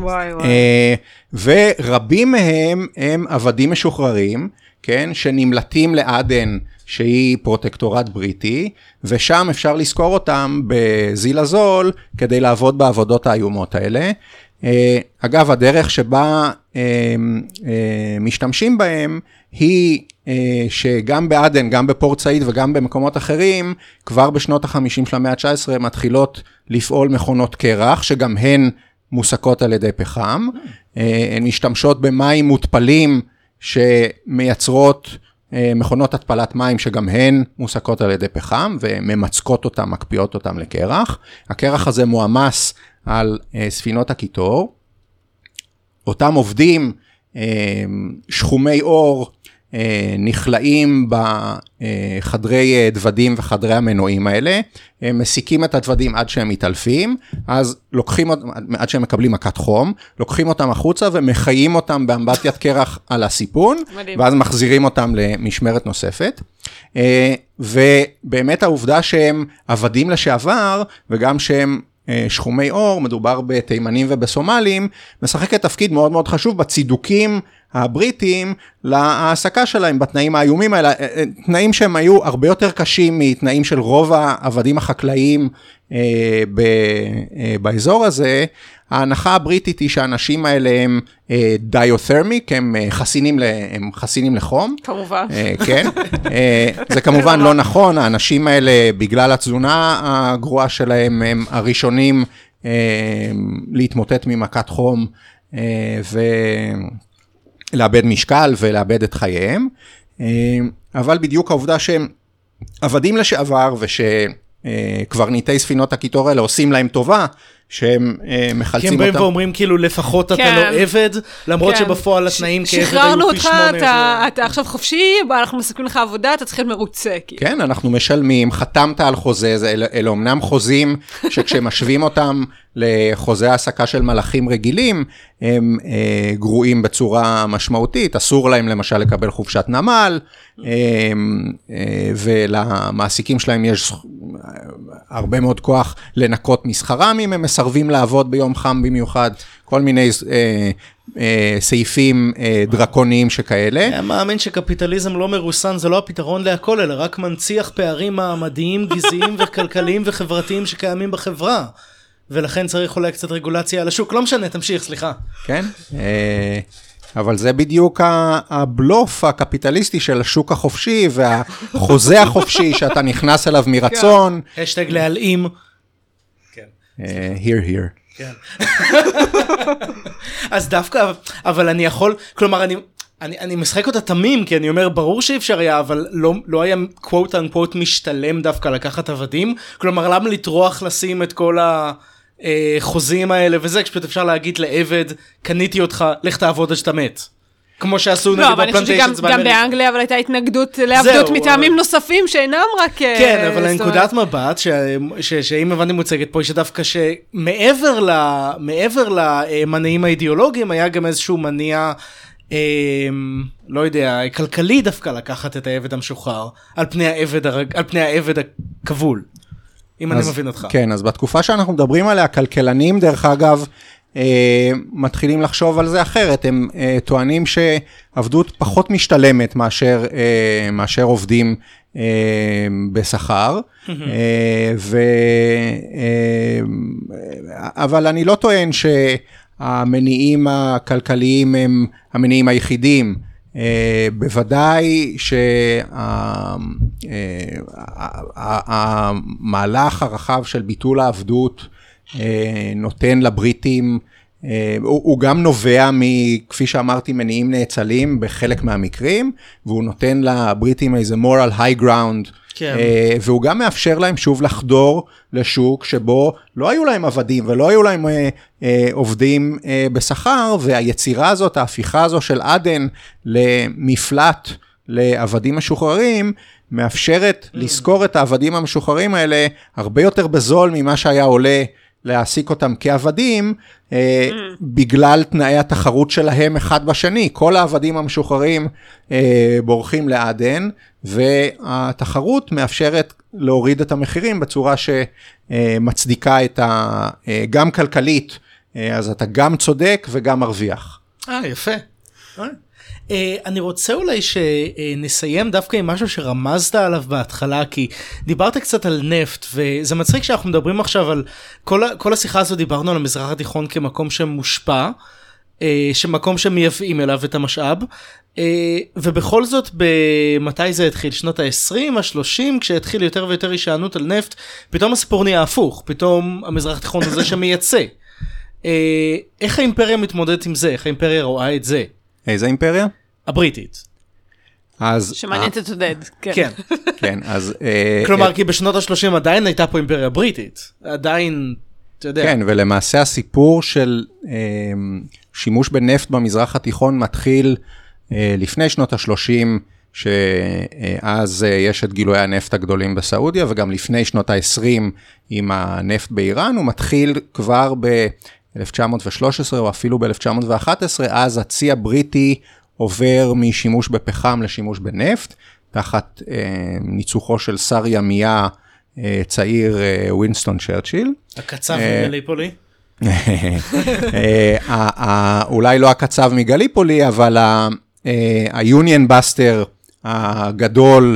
ורבים מהם הם עבדים משוחררים, כן, שנמלטים לעדן, שהיא פרוטקטורט בריטי, ושם אפשר לזכור אותם בזיל הזול, כדי לעבוד בעבודות האיומות האלה. אגב, הדרך שבה משתמשים בהם, היא שגם בעדן, גם בפורט סעיד וגם במקומות אחרים, כבר בשנות ה-50 של המאה ה-19 מתחילות לפעול מכונות קרח, שגם הן מוסקות על ידי פחם. הן משתמשות במים מותפלים שמייצרות מכונות התפלת מים שגם הן מוסקות על ידי פחם, וממצקות אותם, מקפיאות אותם לקרח. הקרח הזה מועמס על ספינות הקיטור. אותם עובדים שחומי אור נכלאים בחדרי דוודים וחדרי המנועים האלה, הם מסיקים את הדוודים עד שהם מתעלפים, אז לוקחים, עד שהם מקבלים מכת חום, לוקחים אותם החוצה ומחיים אותם באמבטיית קרח על הסיפון, מדהים. ואז מחזירים אותם למשמרת נוספת. ובאמת העובדה שהם עבדים לשעבר, וגם שהם שחומי אור, מדובר בתימנים ובסומלים, משחקת תפקיד מאוד מאוד חשוב בצידוקים הבריטים להעסקה שלהם בתנאים האיומים האלה, תנאים שהם היו הרבה יותר קשים מתנאים של רוב העבדים החקלאיים באזור הזה. ההנחה הבריטית היא שהאנשים האלה הם דיותרמיק, הם חסינים לחום. כמובן. כן. זה כמובן לא נכון, האנשים האלה בגלל התזונה הגרועה שלהם הם הראשונים להתמוטט ממכת חום ולאבד משקל ולאבד את חייהם. אבל בדיוק העובדה שהם עבדים לשעבר ושקברניטי ספינות הקיטור האלה עושים להם טובה, שהם מחלצים אותם. כי הם באים ואומרים כאילו לפחות אתה לא עבד, למרות שבפועל התנאים כעבד היו פי 8. שחררנו אותך, אתה עכשיו חופשי, אנחנו מסכים לך עבודה, אתה צריך להיות מרוצה. כן, אנחנו משלמים, חתמת על חוזה, אלה אומנם חוזים שכשמשווים אותם לחוזה העסקה של מלאכים רגילים, הם גרועים בצורה משמעותית, אסור להם למשל לקבל חופשת נמל, ולמעסיקים שלהם יש הרבה מאוד כוח לנקות מסחרם אם הם מסרבים לעבוד ביום חם במיוחד, כל מיני סעיפים דרקוניים שכאלה. אני מאמין שקפיטליזם לא מרוסן, זה לא הפתרון להכל, אלא רק מנציח פערים מעמדיים, גזעיים וכלכליים וחברתיים שקיימים בחברה. ולכן צריך אולי קצת רגולציה על השוק. לא משנה, תמשיך, סליחה. כן, אבל זה בדיוק הבלוף הקפיטליסטי של השוק החופשי, והחוזה החופשי שאתה נכנס אליו מרצון. השטג להלאים. here. כן. אז דווקא, אבל אני יכול, כלומר, אני משחק אותה תמים, כי אני אומר, ברור שאי אפשר היה, אבל לא היה quote unquote משתלם דווקא לקחת עבדים. כלומר, למה לטרוח לשים את כל החוזים האלה וזה, כשפשוט אפשר להגיד לעבד, קניתי אותך, לך תעבוד עד שאתה מת. כמו שעשו נגד הפלנטיישנס באמריקה. גם באנגליה, אבל הייתה התנגדות לעבדות מטעמים נוספים שאינם רק... כן, אבל הנקודת מבט, שאם הבנתי מוצגת פה, שדווקא שמעבר למניעים האידיאולוגיים, היה גם איזשהו מניע, לא יודע, כלכלי דווקא לקחת את העבד המשוחרר, על פני העבד הכבול, אם אני מבין אותך. כן, אז בתקופה שאנחנו מדברים עליה, כלכלנים דרך אגב, מתחילים לחשוב על זה אחרת, הם טוענים שעבדות פחות משתלמת מאשר עובדים בשכר, אבל אני לא טוען שהמניעים הכלכליים הם המניעים היחידים, בוודאי שהמהלך הרחב של ביטול העבדות נותן לבריטים, הוא גם נובע כפי שאמרתי, מניעים נאצלים בחלק מהמקרים, והוא נותן לבריטים איזה moral high ground, כן. והוא גם מאפשר להם שוב לחדור לשוק שבו לא היו להם עבדים ולא היו להם עובדים בשכר, והיצירה הזאת, ההפיכה הזו של עדן למפלט לעבדים משוחררים, מאפשרת לזכור את העבדים המשוחררים האלה הרבה יותר בזול ממה שהיה עולה להעסיק אותם כעבדים, בגלל תנאי התחרות שלהם אחד בשני. כל העבדים המשוחררים בורחים לעדן, והתחרות מאפשרת להוריד את המחירים בצורה שמצדיקה גם כלכלית, אז אתה גם צודק וגם מרוויח. יפה. אני רוצה אולי שנסיים דווקא עם משהו שרמזת עליו בהתחלה, כי דיברת קצת על נפט, וזה מצחיק שאנחנו מדברים עכשיו על, כל השיחה הזו דיברנו על המזרח התיכון כמקום שמושפע, שמקום שמייבאים אליו את המשאב, ובכל זאת, מתי זה התחיל? שנות ה-20, ה-30, כשהתחיל יותר ויותר הישענות על נפט, פתאום הסיפור נהיה הפוך, פתאום המזרח התיכון הזה שמייצא. איך האימפריה מתמודדת עם זה? איך האימפריה רואה את זה? איזה אימפריה? הבריטית. שמעניינת את עודד. כן. כן, אז... כלומר, כי בשנות ה-30 עדיין הייתה פה אימפריה בריטית. עדיין, אתה יודע. כן, ולמעשה הסיפור של שימוש בנפט במזרח התיכון מתחיל לפני שנות ה-30, שאז יש את גילויי הנפט הגדולים בסעודיה, וגם לפני שנות ה-20 עם הנפט באיראן, הוא מתחיל כבר ב-1913 או אפילו ב-1911, אז הצי הבריטי עובר משימוש בפחם לשימוש בנפט, תחת ניצוחו של שר ימייה צעיר ווינסטון צ'רצ'יל. הקצב מגליפולי? אולי לא הקצב מגליפולי, אבל היוניון בסטר הגדול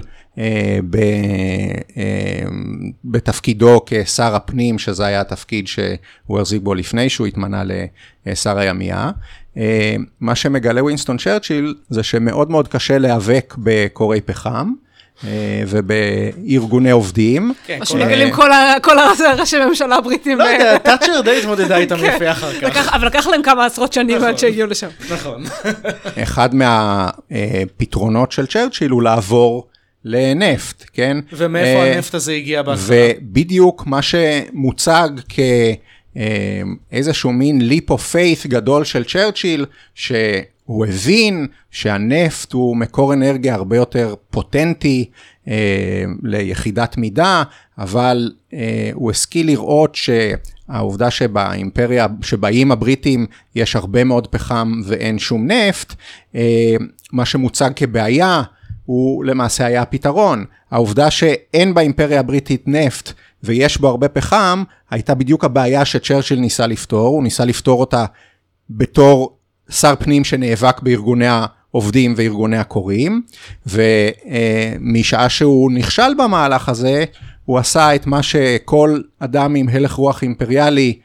בתפקידו כשר הפנים, שזה היה התפקיד שהוא החזיק בו לפני שהוא התמנה לשר הימייה. מה שמגלה ווינסטון צ'רצ'יל זה שמאוד מאוד קשה להיאבק בקורי פחם ובארגוני עובדים. מה שמגלים כל ראשי הממשלה הבריטים. לא יודע, תאצ'ר די התמודדה איתם יפה אחר כך. אבל לקח להם כמה עשרות שנים עד שהגיעו לשם. נכון. אחד מהפתרונות של צ'רצ'יל הוא לעבור לנפט, כן? ומאיפה הנפט הזה הגיע בהתחלה? ובדיוק מה שמוצג איזשהו מין leap of faith גדול של צ'רצ'יל, שהוא הבין שהנפט הוא מקור אנרגיה הרבה יותר פוטנטי ליחידת מידה, אבל הוא השכיל לראות שהעובדה שבאימפריה, שבאים הבריטים יש הרבה מאוד פחם ואין שום נפט, מה שמוצג כבעיה הוא למעשה היה הפתרון. העובדה שאין באימפריה הבריטית נפט ויש בו הרבה פחם, הייתה בדיוק הבעיה שצ'רצ'יל ניסה לפתור, הוא ניסה לפתור אותה בתור שר פנים שנאבק בארגוני העובדים וארגוני הקוראים, ומשעה שהוא נכשל במהלך הזה, הוא עשה את מה שכל אדם עם הלך רוח אימפריאלי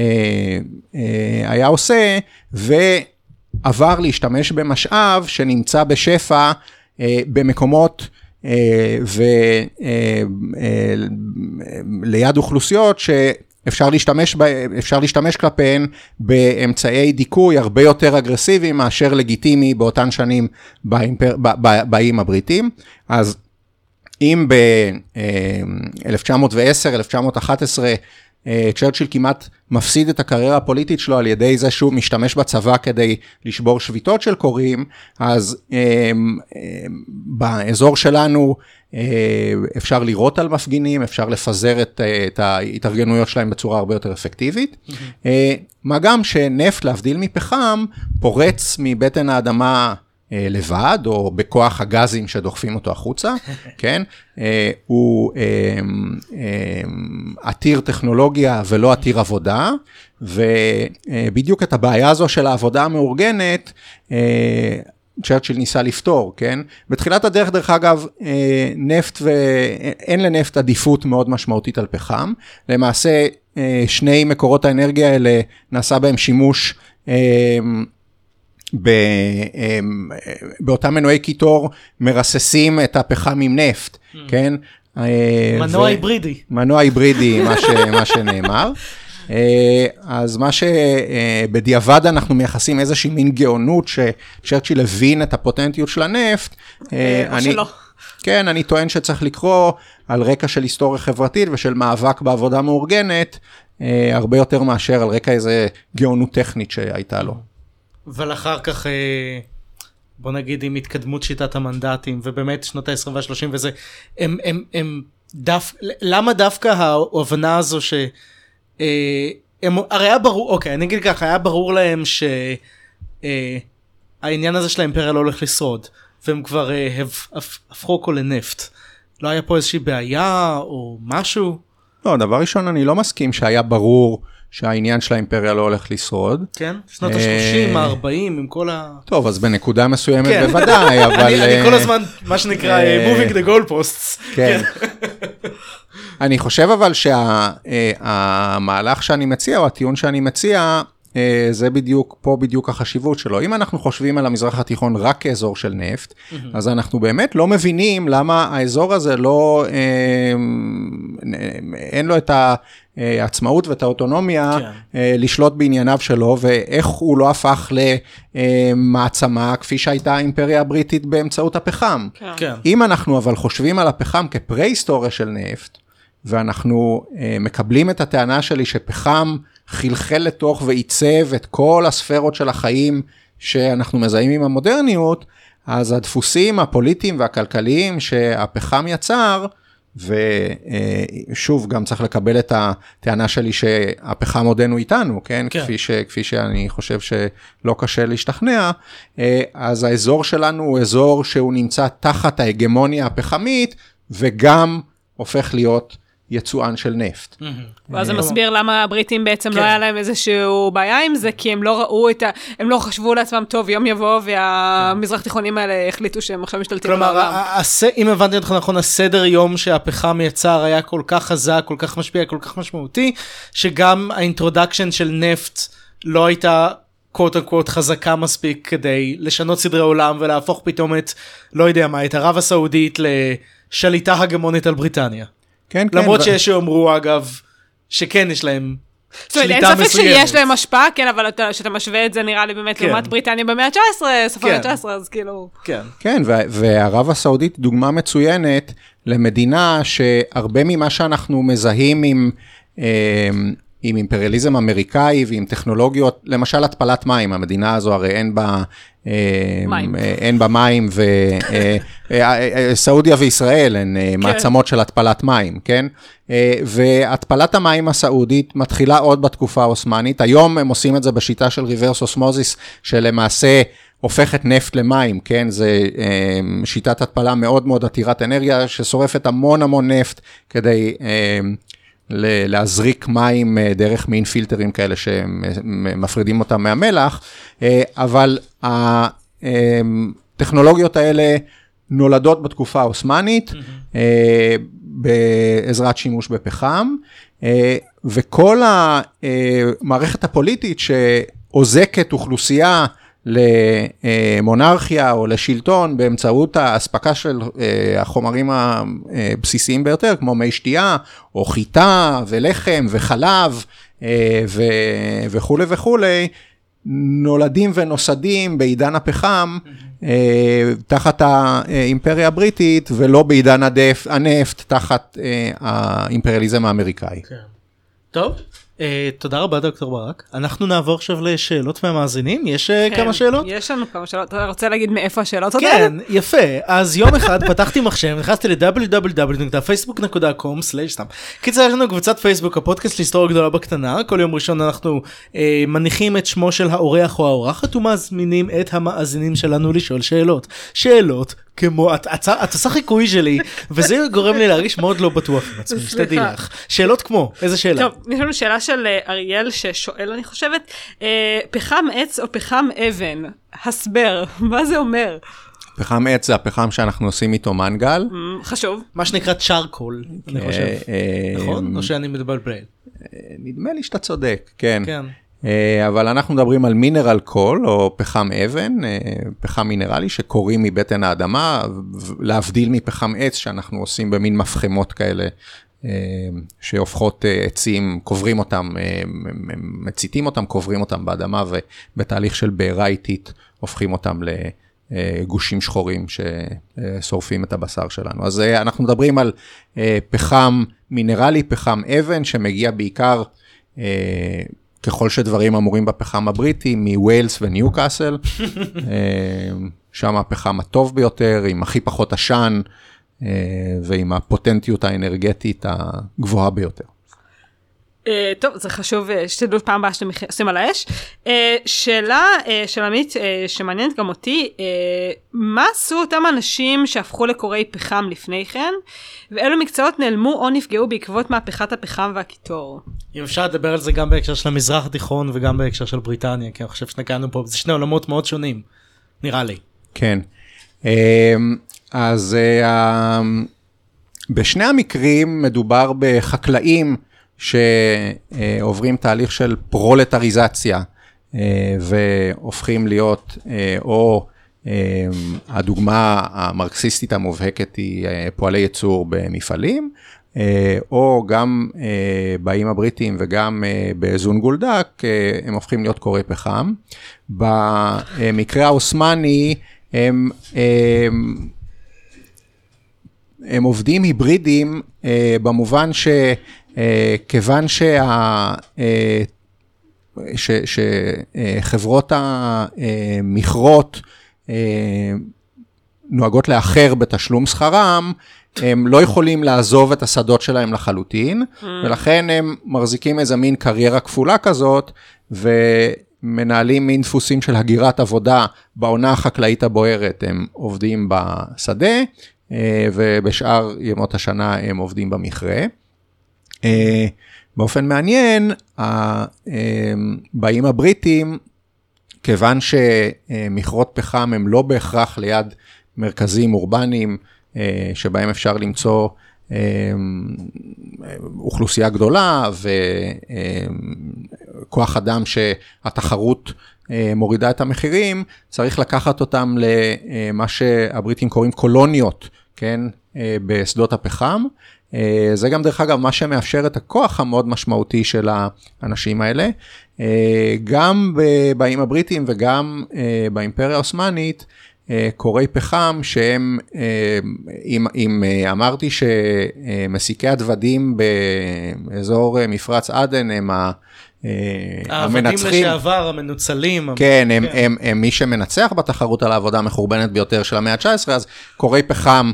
היה עושה, ועבר להשתמש במשאב שנמצא בשפע במקומות וליד אוכלוסיות שאפשר להשתמש כלפיהן באמצעי דיכוי הרבה יותר אגרסיביים מאשר לגיטימי באותן שנים באיים הבריטים. אז אם ב-1910, 1911, צ'רצ'יל כמעט מפסיד את הקריירה הפוליטית שלו על ידי זה שהוא משתמש בצבא כדי לשבור שביתות של קוראים, אז באזור שלנו אפשר לירות על מפגינים, אפשר לפזר את ההתארגנויות שלהם בצורה הרבה יותר אפקטיבית. מה גם שנפט, להבדיל מפחם, פורץ מבטן האדמה לבד, או בכוח הגזים שדוחפים אותו החוצה, כן? הוא עתיר טכנולוגיה ולא עתיר עבודה, ובדיוק את הבעיה הזו של העבודה המאורגנת, צ'רצ'יל ניסה לפתור, כן? בתחילת הדרך, דרך אגב, אין לנפט עדיפות מאוד משמעותית על פחם, למעשה שני מקורות האנרגיה האלה נעשה בהם שימוש באותם מנועי קיטור מרססים את הפחם עם נפט, כן? מנוע היברידי. מנוע היברידי, מה שנאמר. אז מה שבדיעבד אנחנו מייחסים איזושהי מין גאונות שצ'רצ'יל הבין את הפוטנטיות של הנפט. או שלא. כן, אני טוען שצריך לקרוא על רקע של היסטוריה חברתית ושל מאבק בעבודה מאורגנת, הרבה יותר מאשר על רקע איזה גאונות טכנית שהייתה לו. אבל אחר כך, בוא נגיד, עם התקדמות שיטת המנדטים, ובאמת שנות ה-20 וה-30 וזה, למה דווקא ההבנה הזו הרי היה ברור, אוקיי, אני אגיד ככה, היה ברור להם שהעניין הזה של האימפריה לא הולך לשרוד, והם כבר הפכו הכל לנפט. לא היה פה איזושהי בעיה או משהו? לא, דבר ראשון, אני לא מסכים שהיה ברור שהעניין של האימפריה לא הולך לשרוד. כן? שנות ה-30, ה-40, עם כל טוב, אז בנקודה מסוימת בוודאי, אבל אני כל הזמן, מה שנקרא, moving the goalposts. כן. אני חושב אבל שהמהלך שאני מציע, או הטיעון שאני מציע, זה בדיוק החשיבות שלו. אם אנחנו חושבים על המזרח התיכון רק כאזור של נפט, אז אנחנו באמת לא מבינים למה האזור הזה לא, אין לו את העצמאות ואת האוטונומיה לשלוט בענייניו שלו, ואיך הוא לא הפך למעצמה כפי שהייתה האימפריה הבריטית באמצעות הפחם. אם אנחנו אבל חושבים על הפחם כפרה-היסטוריה של נפט, ואנחנו מקבלים את הטענה שלי שפחם חלחל לתוך ועיצב את כל הספרות של החיים שאנחנו מזהים עם המודרניות, אז הדפוסים הפוליטיים והכלכליים שהפחם יצר, ושוב גם צריך לקבל את הטענה שלי שהפחם עודנו איתנו, כן? כפי שאני חושב שלא קשה להשתכנע, אז האזור שלנו הוא אזור שהוא נמצא תחת ההגמוניה הפחמית, וגם הופך להיות יצואן של נפט. ואז זה מסביר למה הבריטים בעצם לא היה להם איזשהו בעיה עם זה, כי הם לא ראו הם לא חשבו לעצמם, טוב, יום יבוא, והמזרח תיכונים האלה החליטו שהם עכשיו משתלטים על העולם. כלומר, אם הבנתי אותך נכון, הסדר יום שהפחם יצר היה כל כך חזק, כל כך משפיע, כל כך משמעותי, שגם האינטרודקשן של נפט לא הייתה קוט אנקוט חזקה מספיק כדי לשנות סדרי עולם ולהפוך פתאום את, לא יודע מה, את ערב הסעודית לשליטה הגמונית על בריטניה. כן, למרות שיש שאומרו, אגב, שכן יש להם שליטה מסוימת. אין ספק שיש להם השפעה, כן, אבל כשאתה משווה את זה נראה לי באמת לעומת בריטניה במאה ה-19, סוף ה-19, אז כאילו... כן, וערב הסעודית דוגמה מצוינת למדינה שהרבה ממה שאנחנו מזהים עם עם אימפריאליזם אמריקאי ועם טכנולוגיות, למשל התפלת מים, המדינה הזו הרי אין בה מים, וסעודיה וישראל הן מעצמות של התפלת מים, כן? והתפלת המים הסעודית מתחילה עוד בתקופה העות'מאנית, היום הם עושים את זה בשיטה של ריברס אוסמוזיס, שלמעשה הופכת נפט למים, כן? זה שיטת התפלה מאוד מאוד עתירת אנרגיה, ששורפת המון נפט כדי להזריק מים דרך מין פילטרים כאלה שמפרידים אותם מהמלח, אבל הטכנולוגיות האלה נולדות בתקופה העות'מאנית, בעזרת שימוש בפחם, וכל המערכת הפוליטית שעוזקת אוכלוסייה למונרכיה או לשלטון באמצעות ההספקה של החומרים הבסיסיים ביותר, כמו מי שתייה או חיטה ולחם וחלב וכו' וכו', נולדים ונוסדים בעידן הפחם תחת האימפריה הבריטית, ולא בעידן הנפט תחת האימפריאליזם האמריקאי. טוב. תודה רבה דוקטור ברק. אנחנו נעבור עכשיו לשאלות מהמאזינים. יש כמה שאלות? יש לנו כמה שאלות. אתה רוצה להגיד מאיפה השאלות? כן, יפה. אז יום אחד פתחתי מחשב, נכנסתי ל-www.facebook.com/סתם. קיצר, יש לנו קבוצת פייסבוק, הפודקאסט להיסטוריה גדולה בקטנה. כל יום ראשון אנחנו מניחים את שמו של האורח או האורחת, ומזמינים את המאזינים שלנו לשאול שאלות. שאלות כמו, את עושה חיקוי שלי, וזה גורם לי להרגיש מאוד לא בטוח עם עצמי, שתדעי לך. שאלות כמו, איזה שאלה? טוב, יש לנו שאלה של אריאל ששואל, אני חושבת, פחם עץ או פחם אבן? הסבר, מה זה אומר? פחם עץ זה הפחם שאנחנו עושים איתו מנגל. חשוב. מה שנקרא צ'ארקול, אני חושב. נכון? או שאני מתבלבל? נדמה לי שאתה צודק, כן. כן. אבל אנחנו מדברים על מינרל קול, או פחם אבן, פחם מינרלי שקוראים מבטן האדמה, להבדיל מפחם עץ שאנחנו עושים במין מפחמות כאלה, שהופכות עצים, קוברים אותם, מציתים אותם, קוברים אותם באדמה, ובתהליך של בעירה איטית הופכים אותם לגושים שחורים ששורפים את הבשר שלנו. אז אנחנו מדברים על פחם מינרלי, פחם אבן, שמגיע בעיקר ככל שדברים אמורים בפחם הבריטי, מווילס וניוקאסל, שם הפחם הטוב ביותר, עם הכי פחות עשן, ועם הפוטנטיות האנרגטית הגבוהה ביותר. טוב, זה חשוב שתדעו פעם הבאה שאתם עושים על האש. שאלה של עמית שמעניינת גם אותי, מה עשו אותם אנשים שהפכו לקוראי פחם לפני כן, ואילו מקצועות נעלמו או נפגעו בעקבות מהפכת הפחם והקיטור? אם אפשר לדבר על זה גם בהקשר של המזרח התיכון וגם בהקשר של בריטניה, כי אני חושב שנגענו פה, זה שני עולמות מאוד שונים, נראה לי. כן. אז בשני המקרים מדובר בחקלאים, שעוברים תהליך של פרולטריזציה, והופכים להיות, או הדוגמה המרקסיסטית המובהקת היא פועלי ייצור במפעלים, או גם באים הבריטים וגם בזונגולדק, הם הופכים להיות קוראי פחם. במקרה העות'מאני, הם עובדים היברידים, במובן כיוון שחברות המכרות נוהגות לאחר בתשלום שכרם, הם לא יכולים לעזוב את השדות שלהם לחלוטין, ולכן הם מחזיקים איזה מין קריירה כפולה כזאת, ומנהלים מין דפוסים של הגירת עבודה בעונה החקלאית הבוערת, הם עובדים בשדה, ובשאר ימות השנה הם עובדים במכרה. באופן מעניין, הבאים הבריטים, כיוון שמכרות פחם הם לא בהכרח ליד מרכזים אורבניים, שבהם אפשר למצוא אוכלוסייה גדולה, וכוח אדם שהתחרות מורידה את המחירים, צריך לקחת אותם למה שהבריטים קוראים קולוניות, כן, בשדות הפחם. זה גם דרך אגב מה שמאפשר את הכוח המאוד משמעותי של האנשים האלה. גם באים הבריטים וגם באימפריה העות'מאנית, קורי פחם שהם, אם אמרתי שמסיקי הדוודים באזור מפרץ עדן הם העבדים המנצחים. לשעבר, המנוצלים. כן, הם מי שמנצח בתחרות על העבודה המחורבנת ביותר של המאה ה-19, אז קורי פחם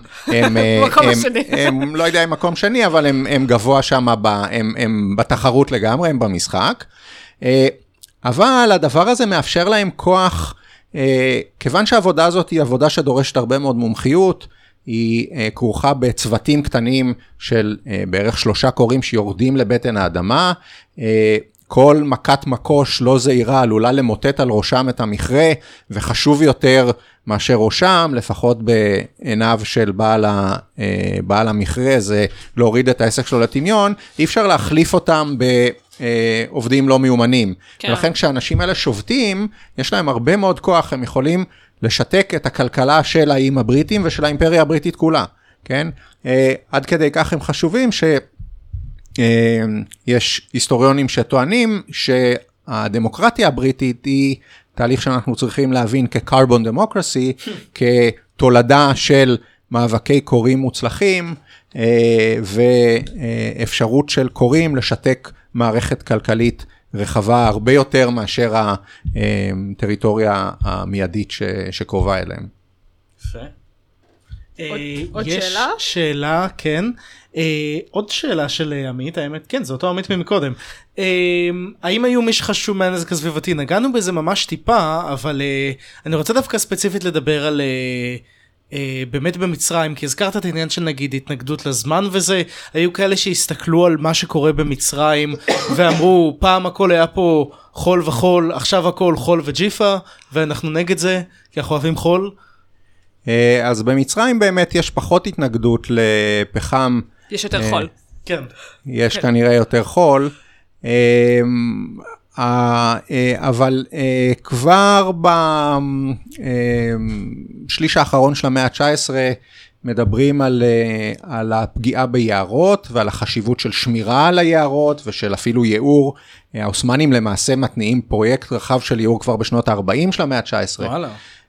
הם לא יודע אם מקום שני, אבל הם גבוה שם, הם בתחרות לגמרי, הם במשחק. אבל הדבר הזה מאפשר להם כוח, כיוון שהעבודה הזאת היא עבודה שדורשת הרבה מאוד מומחיות, היא כרוכה בצוותים קטנים של בערך 3 קורים שיורדים לבטן האדמה, כל מכת מקוש לא זהירה עלולה למוטט על ראשם את המכרה, וחשוב יותר מאשר ראשם, לפחות בעיניו של בעל המכרה, זה להוריד את העסק שלו לטמיון, אי אפשר להחליף אותם בעובדים לא מיומנים. כן. ולכן כשאנשים האלה שובתים, יש להם הרבה מאוד כוח, הם יכולים לשתק את הכלכלה של האיים הבריטים ושל האימפריה הבריטית כולה. כן? עד כדי כך הם חשובים יש היסטוריונים שטוענים שהדמוקרטיה הבריטית היא תהליך שאנחנו צריכים להבין כקרבון דמוקרסי, כתולדה של מאבקי קוראים מוצלחים, ואפשרות של קוראים לשתק מערכת כלכלית רחבה הרבה יותר מאשר הטריטוריה המיידית שקרובה אליהם. יפה. עוד יש שאלה? שאלה, כן. עוד שאלה של עמית, האמת, כן, זה אותו עמית ממקודם. האם היו מי שחשוב מהנזק הסביבתי? נגענו בזה ממש טיפה, אבל אני רוצה דווקא ספציפית לדבר על באמת במצרים, כי הזכרת את העניין של נגיד התנגדות לזמן וזה, היו כאלה שהסתכלו על מה שקורה במצרים, ואמרו, פעם הכל היה פה חול וחול, עכשיו הכל חול וג'יפה, ואנחנו נגד זה, כי אנחנו אוהבים חול. אז במצרים באמת יש פחות התנגדות לפחם. יש יותר חול. כן. יש כנראה יותר חול, אבל כבר בשליש האחרון של המאה ה-19 מדברים על הפגיעה ביערות ועל החשיבות של שמירה על היערות ושל אפילו ייעור. האוסמנים למעשה מתניעים פרויקט רחב של ייעור כבר בשנות ה-40 של המאה ה-19. וואלה.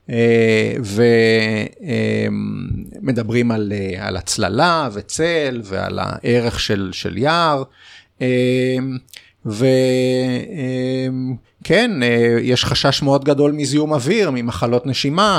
ומדברים על הצללה וצל ועל הערך של יער, וכן, יש חשש מאוד גדול מזיהום אוויר, ממחלות נשימה,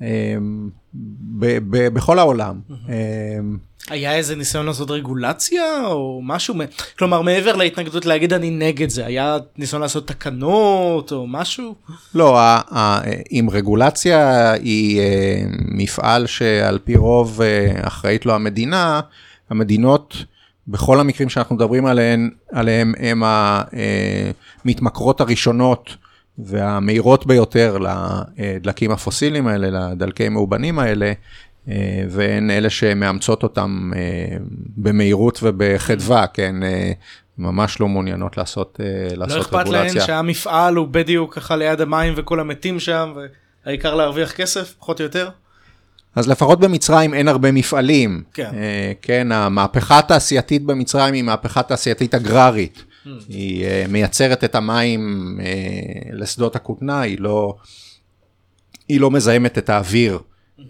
בכל העולם. היה איזה ניסיון לעשות רגולציה או משהו? כלומר, מעבר להתנגדות להגיד אני נגד זה, היה ניסיון לעשות תקנות או משהו? לא, אם רגולציה היא מפעל שעל פי רוב אחראית לו המדינה, המדינות, בכל המקרים שאנחנו מדברים עליהם, הם המתמכרות הראשונות והמהירות ביותר לדלקים הפוסיליים האלה, לדלקי מאובנים האלה, והן אלה שמאמצות אותם במהירות ובחדווה, כן, ממש לא מעוניינות לעשות רגולציה. לא אכפת להן שהמפעל הוא בדיוק ככה ליד המים וכל המתים שם, והעיקר להרוויח כסף, פחות או יותר? אז לפחות במצרים אין הרבה מפעלים. כן. כן, המהפכה התעשייתית במצרים היא מהפכה תעשייתית אגררית. היא מייצרת את המים לשדות הכותנה, היא לא מזהמת את האוויר.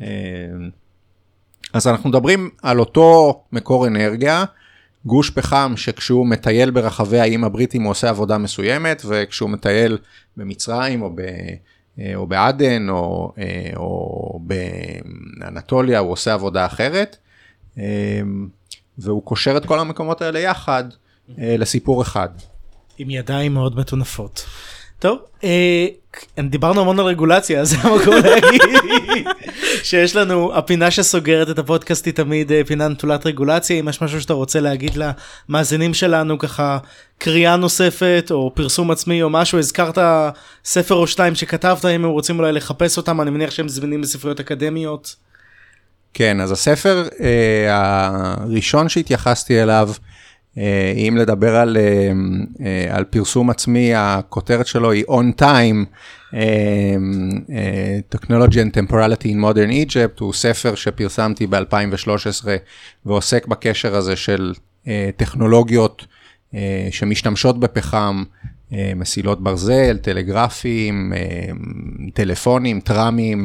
אז אנחנו מדברים על אותו מקור אנרגיה, גוש פחם שכשהוא מטייל ברחבי האיים הבריטים הוא עושה עבודה מסוימת, וכשהוא מטייל במצרים או בעדן או באנטוליה הוא עושה עבודה אחרת, והוא קושר את כל המקומות האלה יחד לסיפור אחד. עם ידיים מאוד מטונפות. טוב, דיברנו המון על רגולציה, אז זה המקום להגיד שיש לנו, הפינה שסוגרת את הפודקאסט היא תמיד פינה נטולת רגולציה. אם יש משהו שאתה רוצה להגיד למאזינים שלנו, ככה קריאה נוספת או פרסום עצמי או משהו, הזכרת ספר או 2 שכתבת, אם הם רוצים אולי לחפש אותם, אני מניח שהם זמינים בספריות אקדמיות. כן, אז הספר הראשון שהתייחסתי אליו, אם לדבר על פרסום עצמי, הכותרת שלו היא On Time, Technology and Temporality in Modern Egypt, הוא ספר שפרסמתי ב-2013, ועוסק בקשר הזה של טכנולוגיות שמשתמשות בפחם, מסילות ברזל, טלגרפים, טלפונים, טרמים,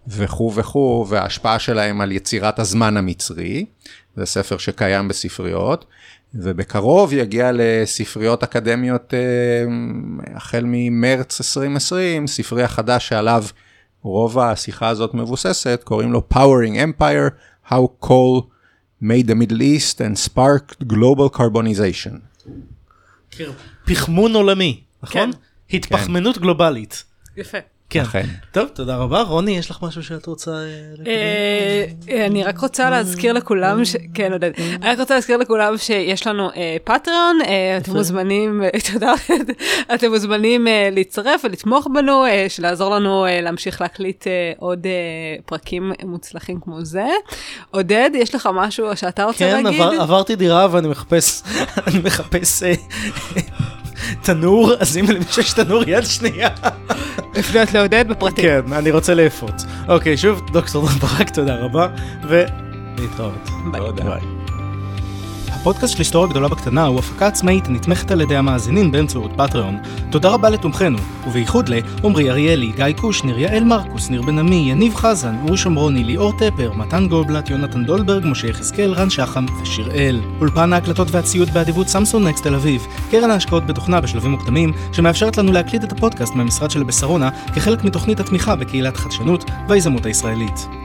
וכו' וכו', וההשפעה שלהם על יצירת הזמן המצרי, זה ספר שקיים בספריות, ובקרוב יגיע לספריות אקדמיות החל ממרץ 2020, ספרי החדש שעליו רוב השיחה הזאת מבוססת, קוראים לו Powering Empire, How Coal Made the Middle East and Sparked Global Carbonization. פחמון עולמי, נכון? כן. התפחמנות גלובלית. יפה. כן. אכן. טוב, תודה רבה. רוני, יש לך משהו שאת רוצה לקדם? אני רק רוצה להזכיר לכולם, כן, עודד, אני רק רוצה להזכיר לכולם שיש לנו פטריון, אתם מוזמנים, תודה, אתם מוזמנים להצטרף ולתמוך בנו, שלעזור לנו להמשיך להקליט עוד פרקים מוצלחים כמו זה. עודד, יש לך משהו שאתה רוצה להגיד? כן, עברתי דירה ואני מחפש תנור, אז אם למישהו יש תנור יד שנייה. לפנות לעודד בפרטים. כן, אני רוצה לאפות. אוקיי, שוב, דוקטור דן ברק, תודה רבה, ולהתראות. ביי. הפודקאסט של היסטוריה גדולה בקטנה הוא הפקה עצמאית הנתמכת על ידי המאזינים באמצעות פטריון. תודה רבה לתומכנו, ובייחוד לעומרי אריאלי, גיא קושניר, יעל מרקוס, ניר בן עמי, יניב חזן, אורי שומרוני, ליאור טפר, מתן גולדבלט, יונתן דולברג, משה יחזקאל, רן שחם ושיראל. אולפן ההקלטות והציוד באדיבות סמסונג נקסט תל אביב, קרן ההשקעות בתוכנה בשלבים מוקדמים, שמאפשרת לנו להקליט את הפודקאסט מהמשרד של בשרונה כחלק מתוכנית התמיכה בקהילת החדשנות והיזמות הישראלית.